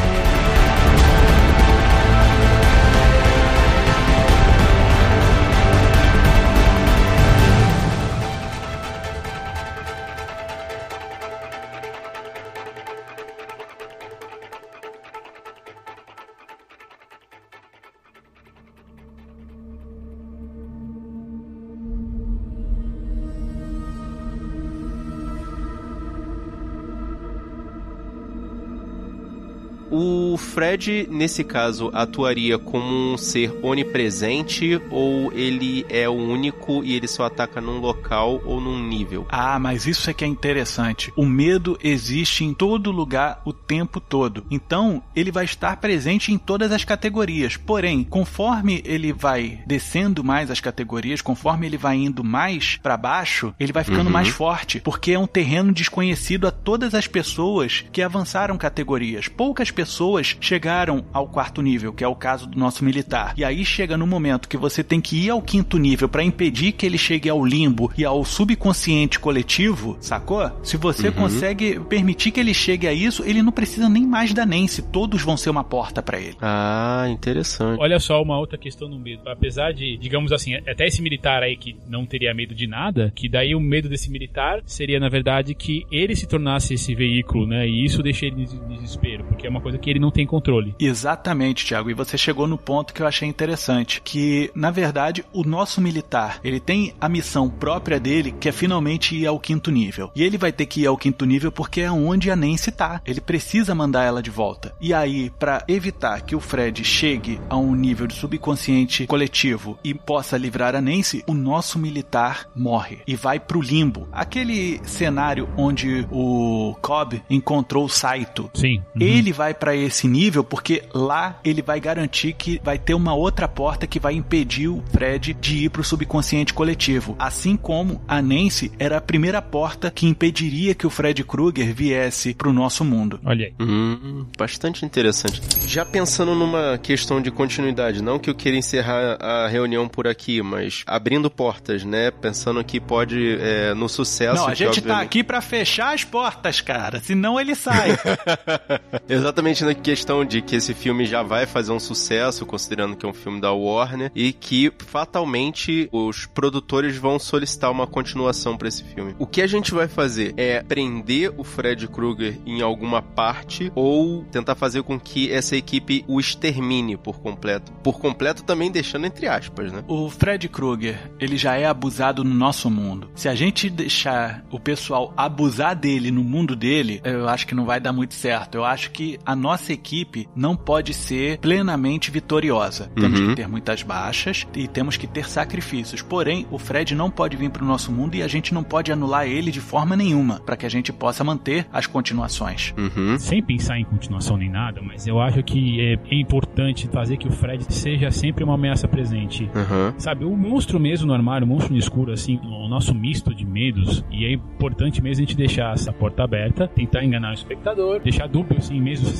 O Fred, nesse caso, atuaria como um ser onipresente ou ele é o único e ele só ataca num local ou num nível? Ah, mas isso é que é interessante. O medo existe em todo lugar o tempo todo. Então, ele vai estar presente em todas as categorias. Porém, conforme ele vai descendo mais as categorias, conforme ele vai indo mais pra baixo, ele vai ficando mais forte, porque é um terreno desconhecido a todas as pessoas que avançaram categorias. Poucas pessoas chegaram ao 4º nível, que é o caso do nosso militar. E aí chega no momento que você tem que ir ao 5º nível para impedir que ele chegue ao limbo e ao subconsciente coletivo, sacou? Se você consegue permitir que ele chegue a isso, ele não precisa nem mais da Nancy, todos vão ser uma porta para ele. Ah, interessante. Olha só uma outra questão do medo. Apesar de, digamos assim, até esse militar aí que não teria medo de nada, que daí o medo desse militar seria, na verdade, que ele se tornasse esse veículo, né? E isso deixa ele em desespero, porque é uma coisa que ele não tem controle. Exatamente, Thiago. E você chegou no ponto que eu achei interessante, que, na verdade, o nosso militar, ele tem a missão própria dele, que é finalmente ir ao 5º nível. E ele vai ter que ir ao 5º nível porque é onde a Nancy tá. Ele precisa mandar ela de volta. E aí, para evitar que o Fred chegue a um nível de subconsciente coletivo e possa livrar a Nancy, o nosso militar morre e vai pro limbo. Aquele cenário onde o Cobb encontrou o Saito. Sim. Ele vai para esse nível porque lá ele vai garantir que vai ter uma outra porta que vai impedir o Fred de ir pro subconsciente coletivo. Assim como a Nancy era a primeira porta que impediria que o Fred Krueger viesse pro nosso mundo. Olha aí. Bastante interessante. Já pensando numa questão de continuidade, não que eu queira encerrar a reunião por aqui, mas abrindo portas, né? Pensando que pode, no sucesso... Não, a gente tá aqui pra fechar as portas, cara, senão ele sai. Exatamente na questão de que esse filme já vai fazer um sucesso, considerando que é um filme da Warner, e que fatalmente os produtores vão solicitar uma continuação pra esse filme. O que a gente vai fazer é prender o Fred Krueger em alguma parte ou tentar fazer com que essa equipe o extermine por completo. Por completo também deixando entre aspas, né? O Fred Krueger, ele já é abusado no nosso mundo. Se a gente deixar o pessoal abusar dele no mundo dele, eu acho que não vai dar muito certo. Eu acho que a nossa equipe não pode ser plenamente vitoriosa. Temos que ter muitas baixas e temos que ter sacrifícios. Porém, o Fred não pode vir para o nosso mundo e a gente não pode anular ele de forma nenhuma, para que a gente possa manter as continuações. Sem pensar em continuação nem nada, mas eu acho que é importante fazer que o Fred seja sempre uma ameaça presente. Sabe, o monstro mesmo no armário, o monstro no escuro, assim, o nosso misto de medos, e é importante mesmo a gente deixar essa porta aberta, tentar enganar o espectador, deixar dúbio, assim, mesmo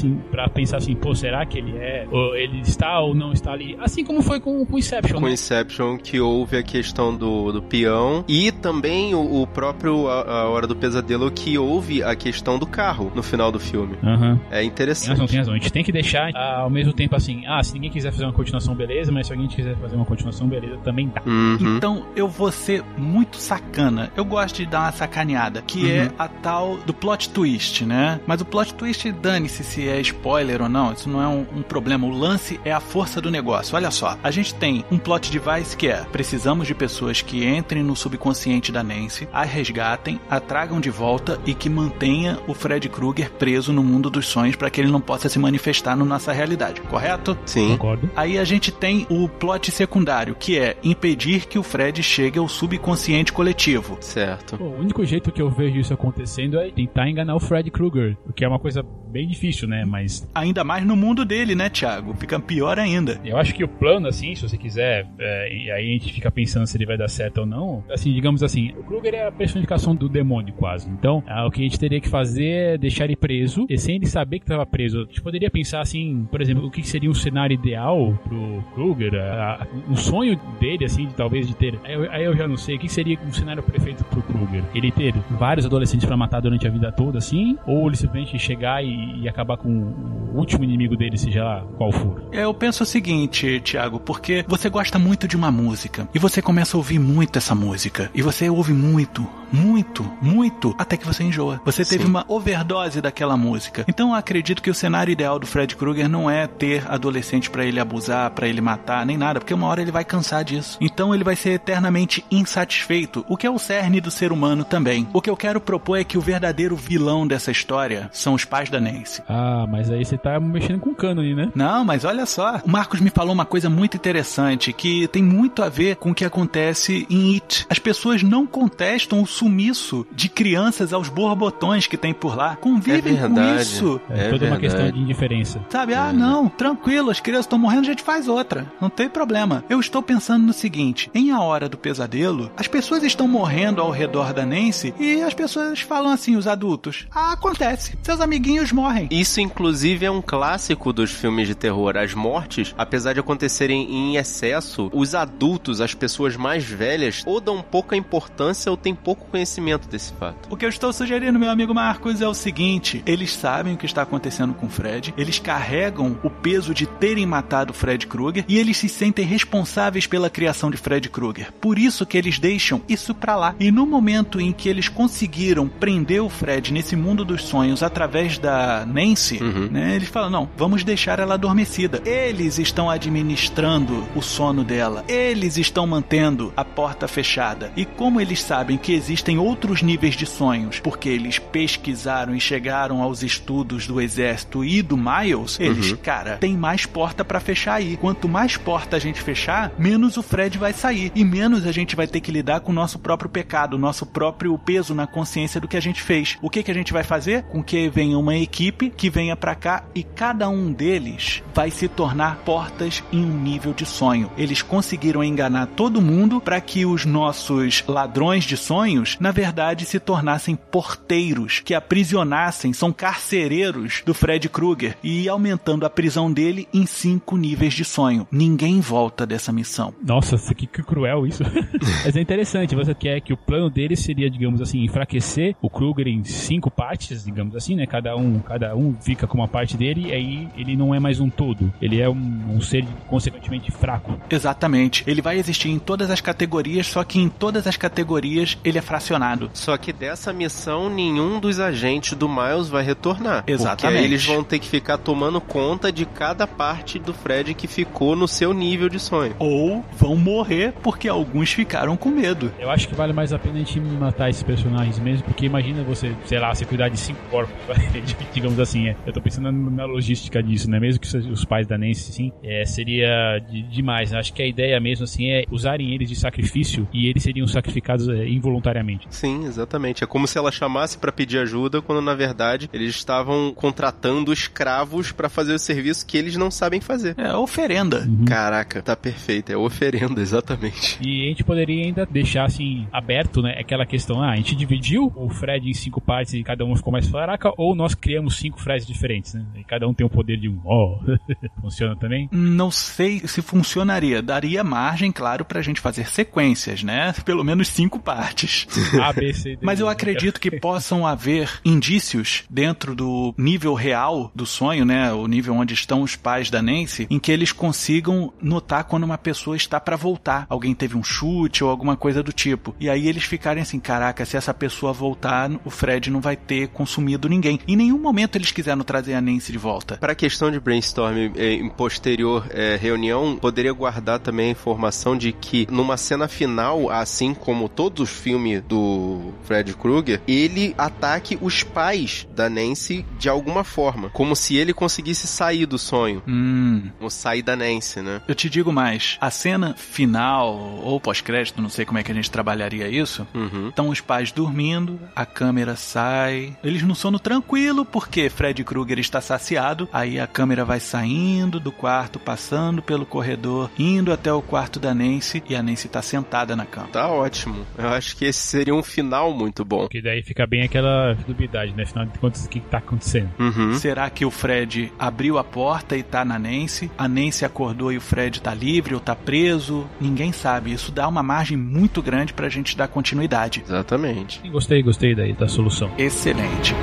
assim, pra pensar assim, pô, será que ele está ou não está ali? Assim como foi com Inception. Com Inception, que houve a questão do peão, e também o próprio A Hora do Pesadelo, que houve a questão do carro no final do filme. É interessante. Tem razão. A gente tem que deixar ao mesmo tempo assim, se ninguém quiser fazer uma continuação, beleza, mas se alguém quiser fazer uma continuação, beleza, também dá. Então eu vou ser muito sacana. Eu gosto de dar uma sacaneada, que é a tal do plot twist, né? Mas o plot twist, dane-se se é spoiler ou não, isso não é um problema. O lance é a força do negócio. Olha só, a gente tem um plot device que é: precisamos de pessoas que entrem no subconsciente da Nancy, a resgatem, a tragam de volta e que mantenha o Fred Krueger preso no mundo dos sonhos para que ele não possa se manifestar na nossa realidade, correto? Sim. Concordo. Aí a gente tem o plot secundário, que é impedir que o Fred chegue ao subconsciente coletivo. Certo. Pô, o único jeito que eu vejo isso acontecendo é tentar enganar o Fred Krueger, o que é uma coisa bem difícil, né? Mas ainda mais no mundo dele, né, Thiago? Fica pior ainda. Eu acho que o plano, assim, se você quiser, e aí a gente fica pensando se ele vai dar certo ou não, assim, digamos assim, o Krueger é a personificação do demônio, quase. Então, o que a gente teria que fazer é deixar ele preso, e sem ele saber que estava preso. A gente poderia pensar, assim, por exemplo, o que seria um cenário ideal pro Krueger, um sonho dele, assim, talvez de ter... Aí eu já não sei, o que seria um cenário perfeito pro Krueger? Ele ter vários adolescentes pra matar durante a vida toda, assim, ou ele simplesmente chegar e acabar com o último inimigo dele, seja lá qual for? Eu penso o seguinte, Thiago, porque você gosta muito de uma música, e você começa a ouvir muito essa música, e você ouve muito, até que você enjoa. Você teve uma overdose daquela música. Então eu acredito que o cenário ideal do Fred Krueger não é ter adolescente pra ele abusar, pra ele matar, nem nada, porque uma hora ele vai cansar disso. Então ele vai ser eternamente insatisfeito, o que é o cerne do ser humano também. O que eu quero propor é que o verdadeiro vilão dessa história são os pais da Nancy. Mas aí você tá mexendo com o cânone, né? Não, mas olha só, o Marcos me falou uma coisa muito interessante, que tem muito a ver com o que acontece em It. As pessoas não contestam o sumiço de crianças aos borbotões que tem por lá. Convivem com isso. É toda uma questão de indiferença. Sabe, não, tranquilo, as crianças estão morrendo, a gente faz outra. Não tem problema. Eu estou pensando no seguinte, em A Hora do Pesadelo, as pessoas estão morrendo ao redor da Nancy e as pessoas falam assim, os adultos, acontece, seus amiguinhos morrem. Isso, inclusive, é um clássico dos filmes de terror. As mortes, apesar de acontecerem em excesso, os adultos, as pessoas mais velhas, ou dão pouca importância ou têm pouco conhecimento desse fato. O que eu estou sugerindo, meu amigo Marcos, é o seguinte, eles sabem o que está acontecendo com o Fred, eles carregam o peso de terem matado o Fred Krueger e eles se sentem responsáveis pela criação de Fred Krueger. Por isso que eles deixam isso pra lá. E no momento em que eles conseguiram prender o Fred nesse mundo dos sonhos através da Nancy, né, eles falam, não, vamos deixar ela adormecida. Eles estão administrando o sono dela. Eles estão mantendo a porta fechada. E como eles sabem que existem outros níveis de sonhos, porque eles pesquisaram e chegaram aos estudos do exército e do Miles, eles, cara, tem mais porta pra fechar aí. Quanto mais porta a gente fechar, menos o Fred vai sair. E menos a gente vai ter que lidar com o nosso próprio pecado, o nosso próprio peso na consciência do que a gente fez. O que a gente vai fazer? Com que venha uma equipe que venha pra cá e cada um deles vai se tornar portas em um nível de sonho. Eles conseguiram enganar todo mundo para que os nossos ladrões de sonhos, na verdade, se tornassem porteiros, que aprisionassem, são carcereiros do Fred Krueger e aumentando a prisão dele em 5 níveis de sonho. Ninguém volta dessa missão. Nossa, que cruel isso. Mas é interessante, você quer que o plano dele seria, digamos assim, enfraquecer o Krueger em 5 partes, digamos assim, né? Cada um fica com uma parte dele e aí ele não é mais um todo. Ele é um ser consequentemente fraco. Exatamente. Ele vai existir em todas as categorias, só que em todas as categorias ele é fracionado. Só que dessa missão, nenhum dos agentes do Miles vai retornar. Exatamente. Porque aí eles vão ter que ficar tomando conta de cada parte do Fred que ficou no seu nível de sonho. Ou vão morrer porque alguns ficaram com medo. Eu acho que vale mais a pena a gente matar esses personagens mesmo, porque imagina você, sei lá, você cuidar de 5 corpos, digamos assim, eu tô pensando na logística disso, né? Mesmo que os pais da Nancy, sim, seria demais. Acho que a ideia mesmo, assim, é usarem eles de sacrifício e eles seriam sacrificados involuntariamente. Sim, exatamente. É como se ela chamasse pra pedir ajuda, quando na verdade eles estavam contratando escravos pra fazer o serviço que eles não sabem fazer. É oferenda. Caraca, tá perfeito. É oferenda, exatamente. E a gente poderia ainda deixar, assim, aberto, né, aquela questão, a gente dividiu o Fred em 5 partes e cada um ficou mais fraca, ou nós criamos 5 Freds diferentes, né? E cada um tem um poder de um. Funciona também? Não sei se funcionaria. Daria margem, claro, pra gente fazer sequências, né? Pelo menos 5 partes. A, B, C, D. Mas eu acredito que possam haver indícios dentro do nível real do sonho, né? O nível onde estão os pais da Nancy, em que eles consigam notar quando uma pessoa está pra voltar. Alguém teve um chute ou alguma coisa do tipo. E aí eles ficarem assim, caraca, se essa pessoa voltar, o Fred não vai ter consumido ninguém. Em nenhum momento eles quiseram trazer a Nancy de volta. Para a questão de brainstorm em posterior reunião, poderia guardar também a informação de que numa cena final, assim como todos os filmes do Fred Krueger, ele ataque os pais da Nancy de alguma forma, como se ele conseguisse sair do sonho. Ou sair da Nancy, né? Eu te digo mais, a cena final ou pós-crédito, não sei como é que a gente trabalharia isso, estão os pais dormindo, a câmera sai, eles no sono tranquilo, porque Fred Krueger está saciado, aí a câmera vai saindo do quarto, passando pelo corredor, indo até o quarto da Nancy, e a Nancy tá sentada na cama. Tá ótimo. Eu acho que esse seria um final muito bom. Porque daí fica bem aquela dubidade, né? Afinal de contas, o que tá acontecendo? Será que o Fred abriu a porta e tá na Nancy? A Nancy acordou e o Fred tá livre ou tá preso? Ninguém sabe. Isso dá uma margem muito grande pra gente dar continuidade. Exatamente. Gostei daí da solução. Excelente.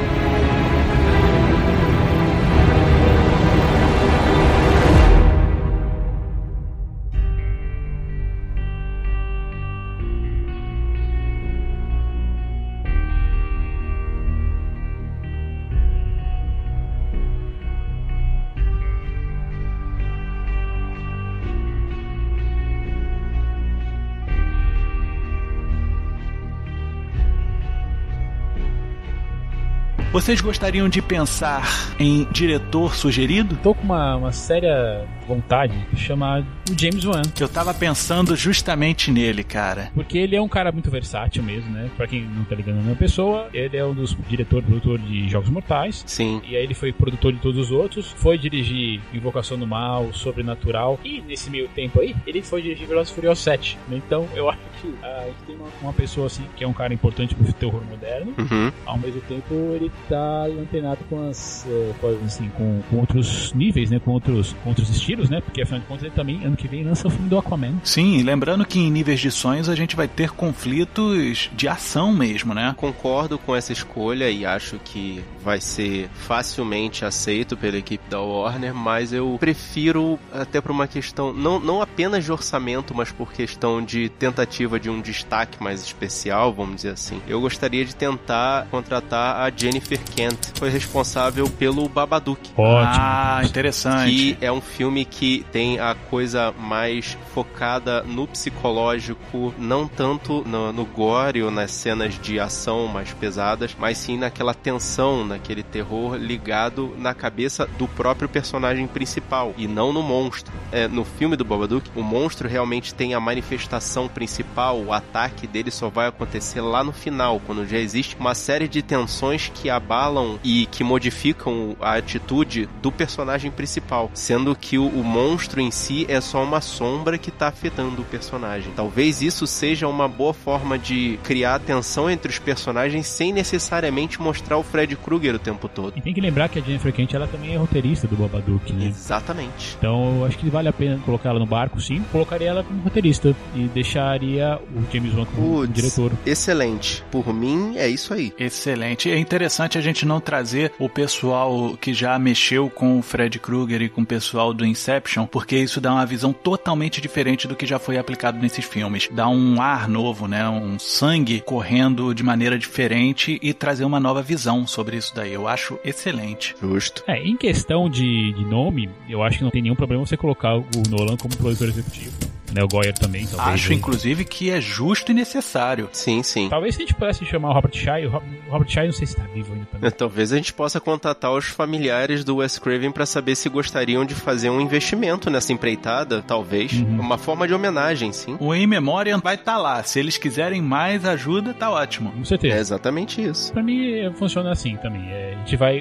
Vocês gostariam de pensar em diretor sugerido? Tô com uma séria vontade de chamar o James Wan. Eu tava pensando justamente nele, cara. Porque ele é um cara muito versátil mesmo, né? Pra quem não tá ligando na pessoa, ele é um dos produtor de Jogos Mortais. Sim. E aí ele foi produtor de todos os outros. Foi dirigir Invocação do Mal, Sobrenatural. E nesse meio tempo aí, ele foi dirigir Velozes e Furiosos 7. Então eu acho que a gente tem uma pessoa assim, que é um cara importante pro terror moderno. Ao mesmo tempo, ele tá antenado com as assim, com outros níveis, né? Com outros estilos, né? Porque afinal de contas ele também, ano que vem, lança o filme do Aquaman. Sim, e lembrando que em Níveis de Sonhos a gente vai ter conflitos de ação mesmo, né? Concordo com essa escolha e acho que vai ser facilmente aceito pela equipe da Warner, mas eu prefiro, até por uma questão, não apenas de orçamento, mas por questão de tentativa de um destaque mais especial, vamos dizer assim. Eu gostaria de tentar contratar a Jennifer Kent, foi responsável pelo Babadook. Ótimo. Ah, interessante. Que é um filme que tem a coisa mais focada no psicológico, não tanto no gore ou nas cenas de ação mais pesadas, mas sim naquela tensão, naquele terror ligado na cabeça do próprio personagem principal e não no monstro. No filme do Babadook, o monstro realmente tem a manifestação principal, o ataque dele só vai acontecer lá no final, quando já existe uma série de tensões que abalam e que modificam a atitude do personagem principal, sendo que o monstro em si é só uma sombra que está afetando o personagem. Talvez isso seja uma boa forma de criar tensão entre os personagens sem necessariamente mostrar o Fred Krueger o tempo todo. E tem que lembrar que a Jennifer Kent, ela também é roteirista do Babadook, né? Exatamente. Então eu acho que vale a pena colocar ela no barco, sim. Colocaria ela como roteirista e deixaria o James Wan como diretor. Excelente. Por mim, é isso aí. Excelente. É interessante a gente não trazer o pessoal que já mexeu com o Fred Krueger e com o pessoal do Inception, porque isso dá uma visão totalmente diferente do que já foi aplicado nesses filmes. Dá um ar novo, né? Um sangue correndo de maneira diferente e trazer uma nova visão sobre isso daí. Eu acho excelente. Justo. Em questão de nome, eu acho que não tem nenhum problema você colocar o Nolan como produtor executivo. O Goyer também, talvez. Acho, inclusive, que é justo e necessário. Sim, sim. Talvez se a gente pudesse chamar o Robert Shaye, o Robert Shaye não sei se está vivo ainda também. Talvez a gente possa contatar os familiares do Wes Craven para saber se gostariam de fazer um investimento nessa empreitada, talvez. Uma forma de homenagem, sim. O In Memoriam vai estar lá. Se eles quiserem mais ajuda, tá ótimo. Com certeza. É exatamente isso. Pra mim, funciona assim também. A gente vai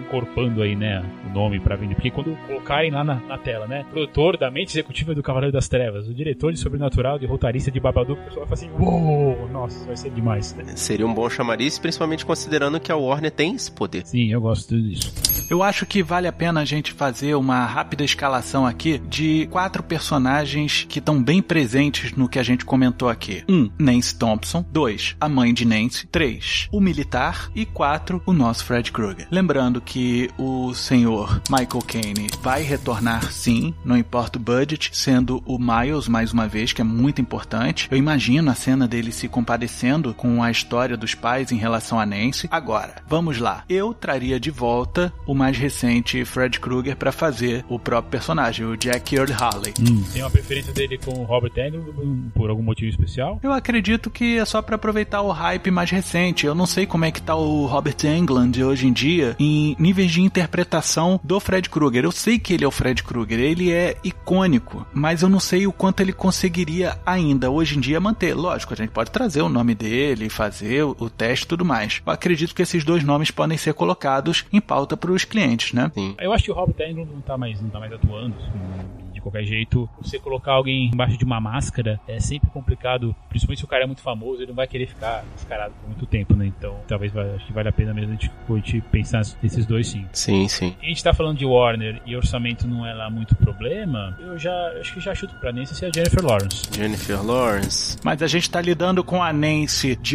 encorpando aí, né, o nome pra vender. Porque quando colocarem lá na tela, né, produtor da mente executiva do Cavaleiro das Trevas, o diretor de Sobrenatural, de rotarista de Babadook, o pessoal vai falar assim, uou, nossa, vai ser demais. Seria um bom chamariz, principalmente considerando que a Warner tem esse poder. Sim, eu gosto disso. Eu acho que vale a pena a gente fazer uma rápida escalação aqui de 4 personagens que estão bem presentes no que a gente comentou aqui. 1, Nancy Thompson. 2, a mãe de Nancy. 3, o militar. E 4, o nosso Fred Krueger. Lembrando que o senhor Michael Caine vai retornar sim, não importa o budget, sendo o Miles mais uma vez, que é muito importante. Eu imagino a cena dele se compadecendo com a história dos pais em relação a Nancy. Agora, vamos lá. Eu traria de volta o mais recente Fred Krueger para fazer o próprio personagem, o Jack Earl Haley. Tem uma preferência dele com o Robert Englund por algum motivo especial? Eu acredito que é só para aproveitar o hype mais recente. Eu não sei como é que tá o Robert Englund hoje em dia em níveis de interpretação do Fred Krueger. Eu sei que ele é o Fred Krueger, ele é icônico, mas eu não sei o quanto ele conseguiria ainda hoje em dia manter. Lógico, a gente pode trazer o nome dele, fazer o teste e tudo mais. Eu acredito que esses 2 nomes podem ser colocados em pauta para os clientes, né? Sim. Eu acho que o Robert Englund não tá mais atuando. De qualquer jeito, você colocar alguém embaixo de uma máscara é sempre complicado, principalmente se o cara é muito famoso, ele não vai querer ficar mascarado por muito tempo, né? Então, talvez acho que vale a pena mesmo a gente pensar nesses 2 sim. Sim, sim. A gente tá falando de Warner e orçamento não é lá muito problema, eu acho que já chuto pra Nancy ser a Jennifer Lawrence. Jennifer Lawrence. Mas a gente tá lidando com a Nancy de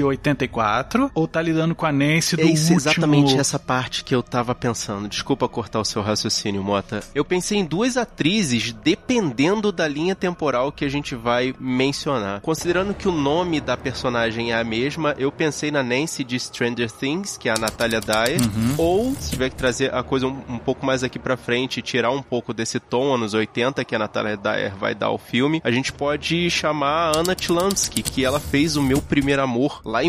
84 ou tá lidando com a Nancy do último... Exatamente essa parte que eu tava pensando. Desculpa cortar o seu raciocínio, Mota. Eu pensei em 2 atrizes dependendo da linha temporal que a gente vai mencionar. Considerando que o nome da personagem é a mesma, eu pensei na Nancy de Stranger Things, que é a Natalia Dyer, ou, se tiver que trazer a coisa um pouco mais aqui pra frente e tirar um pouco desse tom anos 80 que a Natalia Dyer vai dar ao filme, a gente pode chamar a Anna Chlansky, que ela fez O Meu Primeiro Amor lá em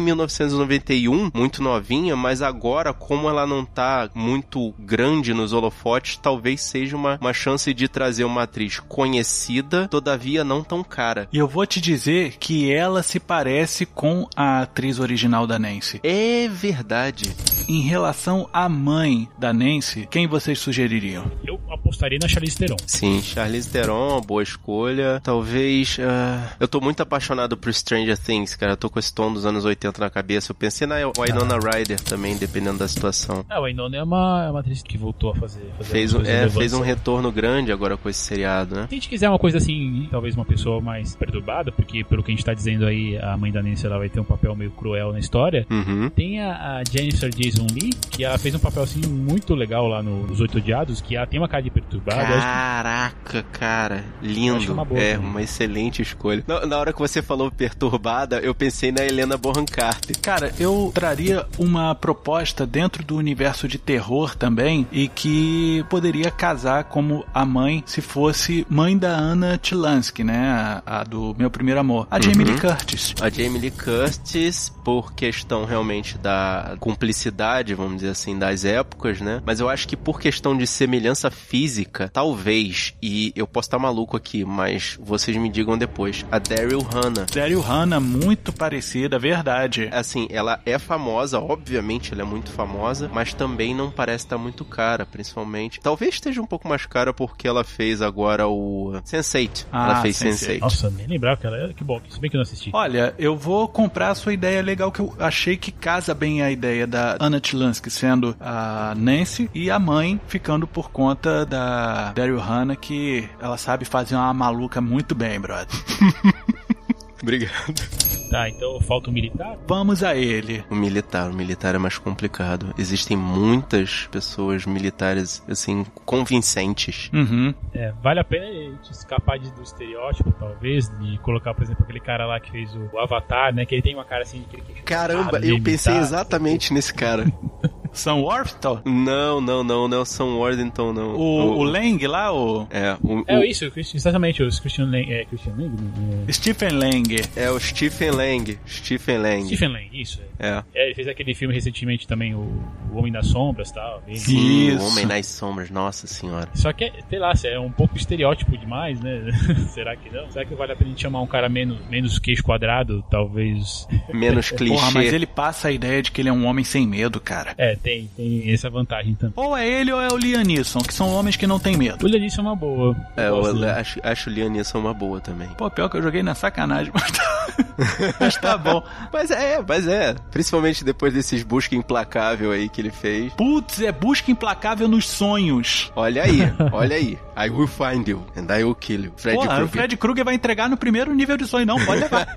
1991, muito novinha, mas agora, como ela não tá muito grande nos holofotes, talvez seja uma chance de trazer uma atriz conhecida, todavia não tão cara. E eu vou te dizer que ela se parece com a atriz original da Nancy. É verdade. Em relação à mãe da Nancy, quem vocês sugeririam? Eu apostaria na Charlize Theron. Sim, Charlize Theron, boa escolha. Talvez... eu tô muito apaixonado por Stranger Things, cara. Eu tô com esse tom dos anos 80 na cabeça. Eu pensei na Winona Ryder também, dependendo da situação. A Winona é uma atriz que voltou a fazer fez um retorno grande agora com esse seriado, né? Se a gente quiser uma coisa assim, talvez uma pessoa mais perturbada, porque pelo que a gente tá dizendo aí, a mãe da Nancy ela vai ter um papel meio cruel na história. Tem a Jennifer Jason Leigh, que ela fez um papel assim muito legal lá nos 8 Odiados, que ela tem uma cara de perturbada. Caraca, cara, lindo. Uma excelente escolha. Na hora que você falou perturbada, eu pensei na Helena Bonham Carter. Cara, eu traria uma proposta dentro do universo de terror também, e que poderia casar como a mãe, se fosse mãe da Anna Chlansky, né? A do Meu Primeiro Amor. A Jamie Lee Curtis. A Jamie Lee Curtis, por questão realmente da cumplicidade, vamos dizer assim, das épocas, né? Mas eu acho que por questão de semelhança física, talvez, e eu posso estar maluco aqui, mas vocês me digam depois, a Daryl Hannah. Daryl Hannah, muito parecida, verdade. Assim, ela é famosa, obviamente ela é muito famosa, mas também não parece estar muito cara, principalmente. Talvez esteja um pouco mais cara porque ela fez agora o Sense8. Ela fez Sense8. Nossa, nem lembrava que ela era. Que bom, se bem que eu não assisti. Olha, eu vou comprar a sua ideia legal, que eu achei que casa bem a ideia da Anna Chlansky sendo a Nancy e a mãe ficando por conta da Daryl Hannah, que ela sabe fazer uma maluca muito bem, brother. Obrigado. Tá, então falta o militar? Vamos a ele. O militar é mais complicado. Existem muitas pessoas militares, assim, convincentes. Vale a pena a gente escapar do estereótipo, talvez, de colocar, por exemplo, aquele cara lá que fez o Avatar, né, que ele tem uma cara assim... Caramba, eu pensei exatamente nesse cara. Sam Worthington? Não é o Sam Worthington, não. O Lang lá, o... Isso, exatamente, o Christian Lang. Stephen Lang. É o Stephen Lang. Stephen Lang, isso. Ele fez aquele filme recentemente também, o Homem das Sombras e tal. Sim, isso. O Homem das Sombras, nossa senhora. Só que, sei lá, é um pouco estereótipo demais, né? Será que não? Será que vale a pena a gente chamar um cara menos queixo quadrado, talvez? Menos clichê. Porra, mas ele passa a ideia de que ele é um homem sem medo, cara. tem essa vantagem também. Ou é ele ou é o Liam Neeson, que são homens que não têm medo. O Liam Neeson é uma boa. Acho o Liam Neeson uma boa também. Pô, pior que eu joguei na sacanagem, mas tá bom. Mas é. Principalmente depois desses Busca Implacável aí que ele fez. Putz, é Busca Implacável nos sonhos. Olha aí. I will find you and I will kill you. O Fred Krueger vai entregar no primeiro nível de sonho, não, pode levar.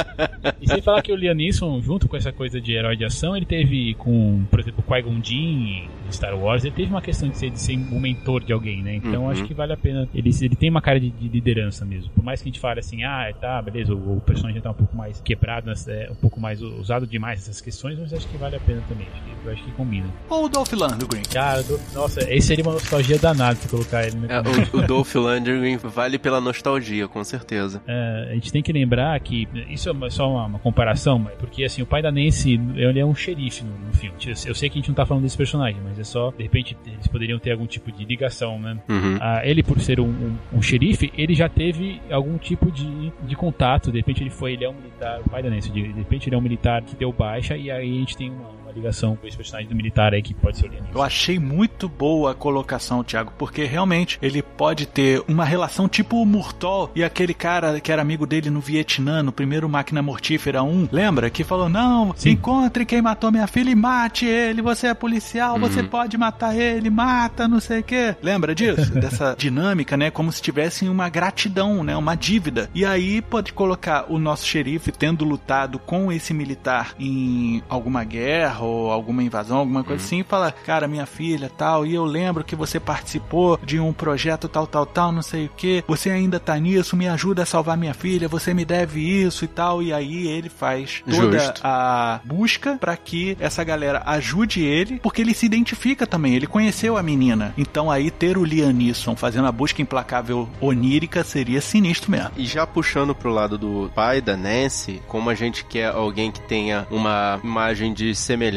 E sem falar que o Liam Neeson, junto com essa coisa de herói de ação, ele teve com, por exemplo, o Qui-Gon Jinn em Star Wars, ele teve uma questão de ser um mentor de alguém, né? Então acho que vale a pena. Ele tem uma cara de liderança mesmo. Por mais que a gente fale assim, tá, beleza, o personagem tá um pouco mais quebrado, um pouco mais usado demais nessas questões, mas acho que vale a pena também. Eu acho que combina. Ou o Dolph Lundgren. Cara, nossa, esse seria uma nostalgia danada se colocar ele, né? O Dolph Lundgren vale pela nostalgia, com certeza. A gente tem que lembrar que isso é só uma comparação, porque assim, o pai da Nancy, ele é um xerife no filme. Eu sei que a gente não tá falando desse personagem, mas é só, de repente, eles poderiam ter algum tipo de ligação, né? Ele, por ser um xerife, ele já teve algum tipo de contato. De repente ele é um militar, o pai da Nancy, de repente ele é um militar que deu baixa, e aí a gente tem uma ligação com esse personagem do militar aí que pode ser o Liam Neeson. Eu achei muito boa a colocação, Thiago, porque realmente ele pode ter uma relação tipo o Murtaugh e aquele cara que era amigo dele no Vietnã, no primeiro Máquina Mortífera 1, lembra? Que falou, não, encontre quem matou minha filha e mate ele, você é policial, você pode matar ele, mata, não sei o quê. Lembra disso? Dessa dinâmica, né? Como se tivessem uma gratidão, né? Uma dívida. E aí pode colocar o nosso xerife tendo lutado com esse militar em alguma guerra ou alguma invasão, alguma coisa assim, e fala, cara, minha filha, tal, e eu lembro que você participou de um projeto tal, não sei o que, você ainda tá nisso, me ajuda a salvar minha filha, você me deve isso e tal, e aí ele faz toda a busca pra que essa galera ajude ele, porque ele se identifica também, ele conheceu a menina, então aí ter o Liam Neeson fazendo a busca implacável onírica seria sinistro mesmo. E já puxando pro lado do pai da Nancy, como a gente quer alguém que tenha uma imagem de semelhança,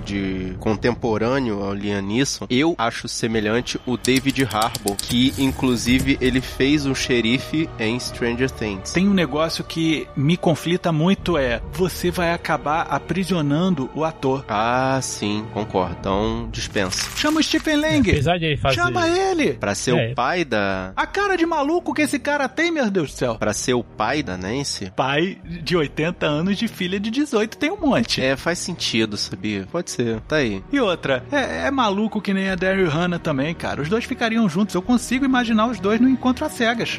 de contemporâneo ao Liam Neeson, eu acho semelhante o David Harbour, que inclusive ele fez um xerife em Stranger Things. Tem um negócio que me conflita muito, você vai acabar aprisionando o ator. Ah, sim, concordo. Então, dispensa. Chama o Stephen Lang. Apesar de ele fazer... Chama ele. Pra ser o pai da... A cara de maluco que esse cara tem, meu Deus do céu. Pra ser o pai da Nancy? Pai de 80 anos de filha de 18, tem um monte. Faz sentido, sabia? Pode ser, tá aí. E outra, é maluco que nem a Daryl Hannah também, cara. Os dois ficariam juntos. Eu consigo imaginar os dois no encontro às cegas.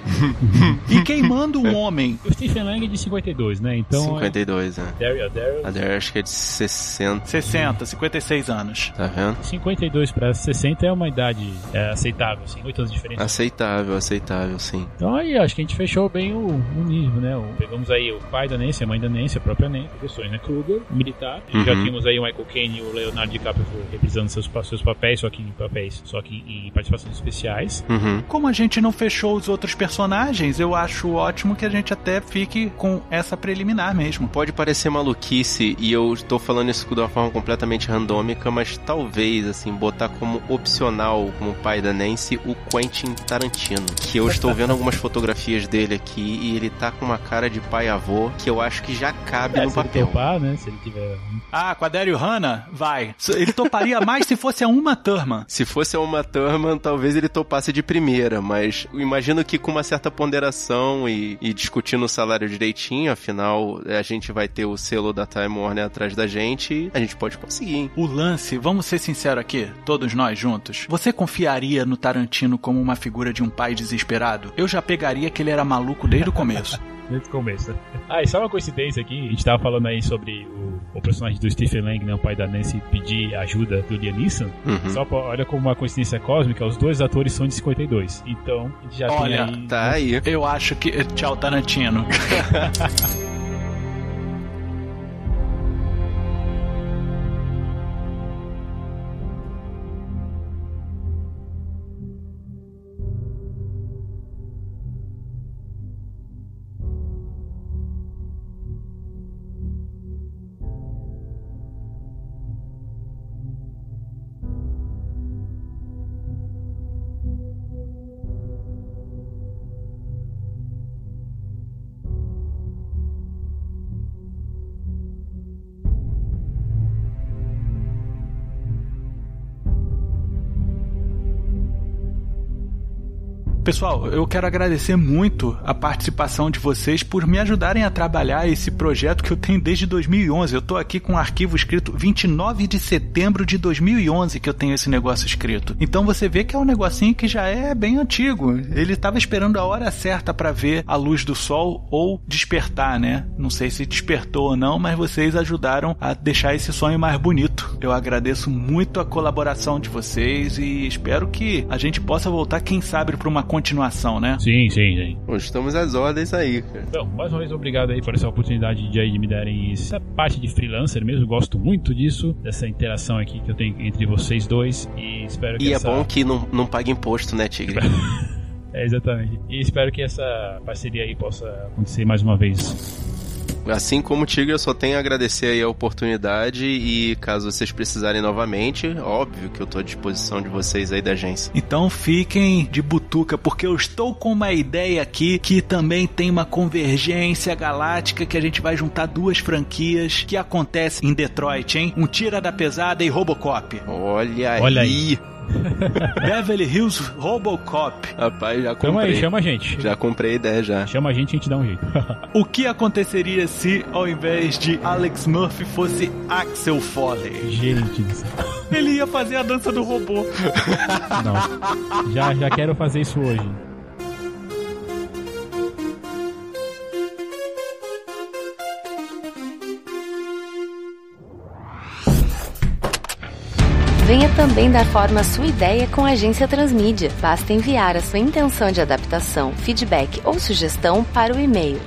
E queimando um homem. O Stephen Lang é de 52, né? Então 52, A Daryl acho que é de 60. 56 anos. Tá vendo? 52 pra 60 é uma idade aceitável, assim. 8 anos de diferença. Aceitável, sim. Então aí, acho que a gente fechou bem o nível, né? Pegamos aí o pai da Nancy, a mãe da Nancy, a própria Nancy, questões, né? Kruger, militar. Já tínhamos aí o Michael Caine e o Leonardo DiCaprio reprisando seus papéis, só que em participações especiais. Como a gente não fechou os outros personagens, eu acho ótimo que a gente até fique com essa preliminar mesmo. Pode parecer maluquice, e eu estou falando isso de uma forma completamente randômica, mas talvez, assim, botar como opcional, como pai da Nancy, o Quentin Tarantino. Que eu estou vendo algumas fotografias dele aqui, e ele tá com uma cara de pai-avô, que eu acho que já cabe no papel. Se ele topar, né? Se ele tiver... Com a Daryl Hannah, vai. Ele toparia mais se fosse a Uma Thurman. Se fosse a Uma Thurman, talvez ele topasse de primeira, mas eu imagino que com uma certa ponderação e discutindo o salário direitinho, afinal, a gente vai ter o selo da Time Warner atrás da gente e a gente pode conseguir, hein? O lance, vamos ser sinceros aqui, todos nós juntos, você confiaria no Tarantino como uma figura de um pai desesperado? Eu já pegaria que ele era maluco desde o começo. Desde o começo. E só uma coincidência aqui, a gente tava falando aí sobre o personagem do Stephen Lang, né, o pai da Nancy, pedir ajuda do Liam Neeson. Olha como uma coincidência cósmica, os dois atores são de 52. Então, a gente já tem aí... Tá aí. Eu acho que... Tchau, Tarantino. Pessoal, eu quero agradecer muito a participação de vocês por me ajudarem a trabalhar esse projeto que eu tenho desde 2011. Eu tô aqui com um arquivo escrito 29 de setembro de 2011 que eu tenho esse negócio escrito. Então você vê que é um negocinho que já é bem antigo. Ele tava esperando a hora certa para ver a luz do sol ou despertar, né? Não sei se despertou ou não, mas vocês ajudaram a deixar esse sonho mais bonito. Eu agradeço muito a colaboração de vocês e espero que a gente possa voltar, quem sabe, para uma continuação, né? Sim. Estamos às ordens aí, cara. Então, mais uma vez, obrigado aí por essa oportunidade de me darem essa parte de freelancer mesmo. Gosto muito disso, dessa interação aqui que eu tenho entre vocês dois e espero que é bom que não pague imposto, né, Tigre? Exatamente. E espero que essa parceria aí possa acontecer mais uma vez. Assim como o Tigre, eu só tenho a agradecer aí a oportunidade e caso vocês precisarem novamente, óbvio que eu tô à disposição de vocês aí da agência. Então fiquem de butuca, porque eu estou com uma ideia aqui que também tem uma convergência galáctica, que a gente vai juntar duas franquias que acontecem em Detroit, hein? Um Tira da Pesada e Robocop. Olha aí. Beverly Hills Robocop. Rapaz, já comprei. Tamo aí, chama a gente. Já comprei a ideia já. Chama a gente dá um jeito. O que aconteceria se, ao invés de Alex Murphy, fosse Axel Foley? Gente do céu. Ele ia fazer a dança do robô. Não. Já quero fazer isso hoje. Venha também dar forma à sua ideia com a Agência Transmídia. Basta enviar a sua intenção de adaptação, feedback ou sugestão para o e-mail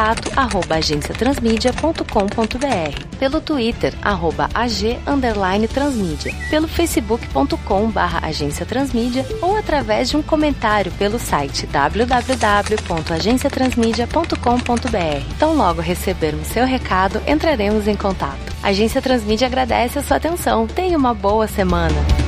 contato@agenciatransmedia.com.br, pelo Twitter @AG_Transmídia, pelo facebook.com/Agência Transmídia ou através de um comentário pelo site www.agenciatransmedia.com.br. Tão logo recebermos seu recado, entraremos em contato. A Agência Transmídia agradece a sua atenção. Tenha uma boa semana.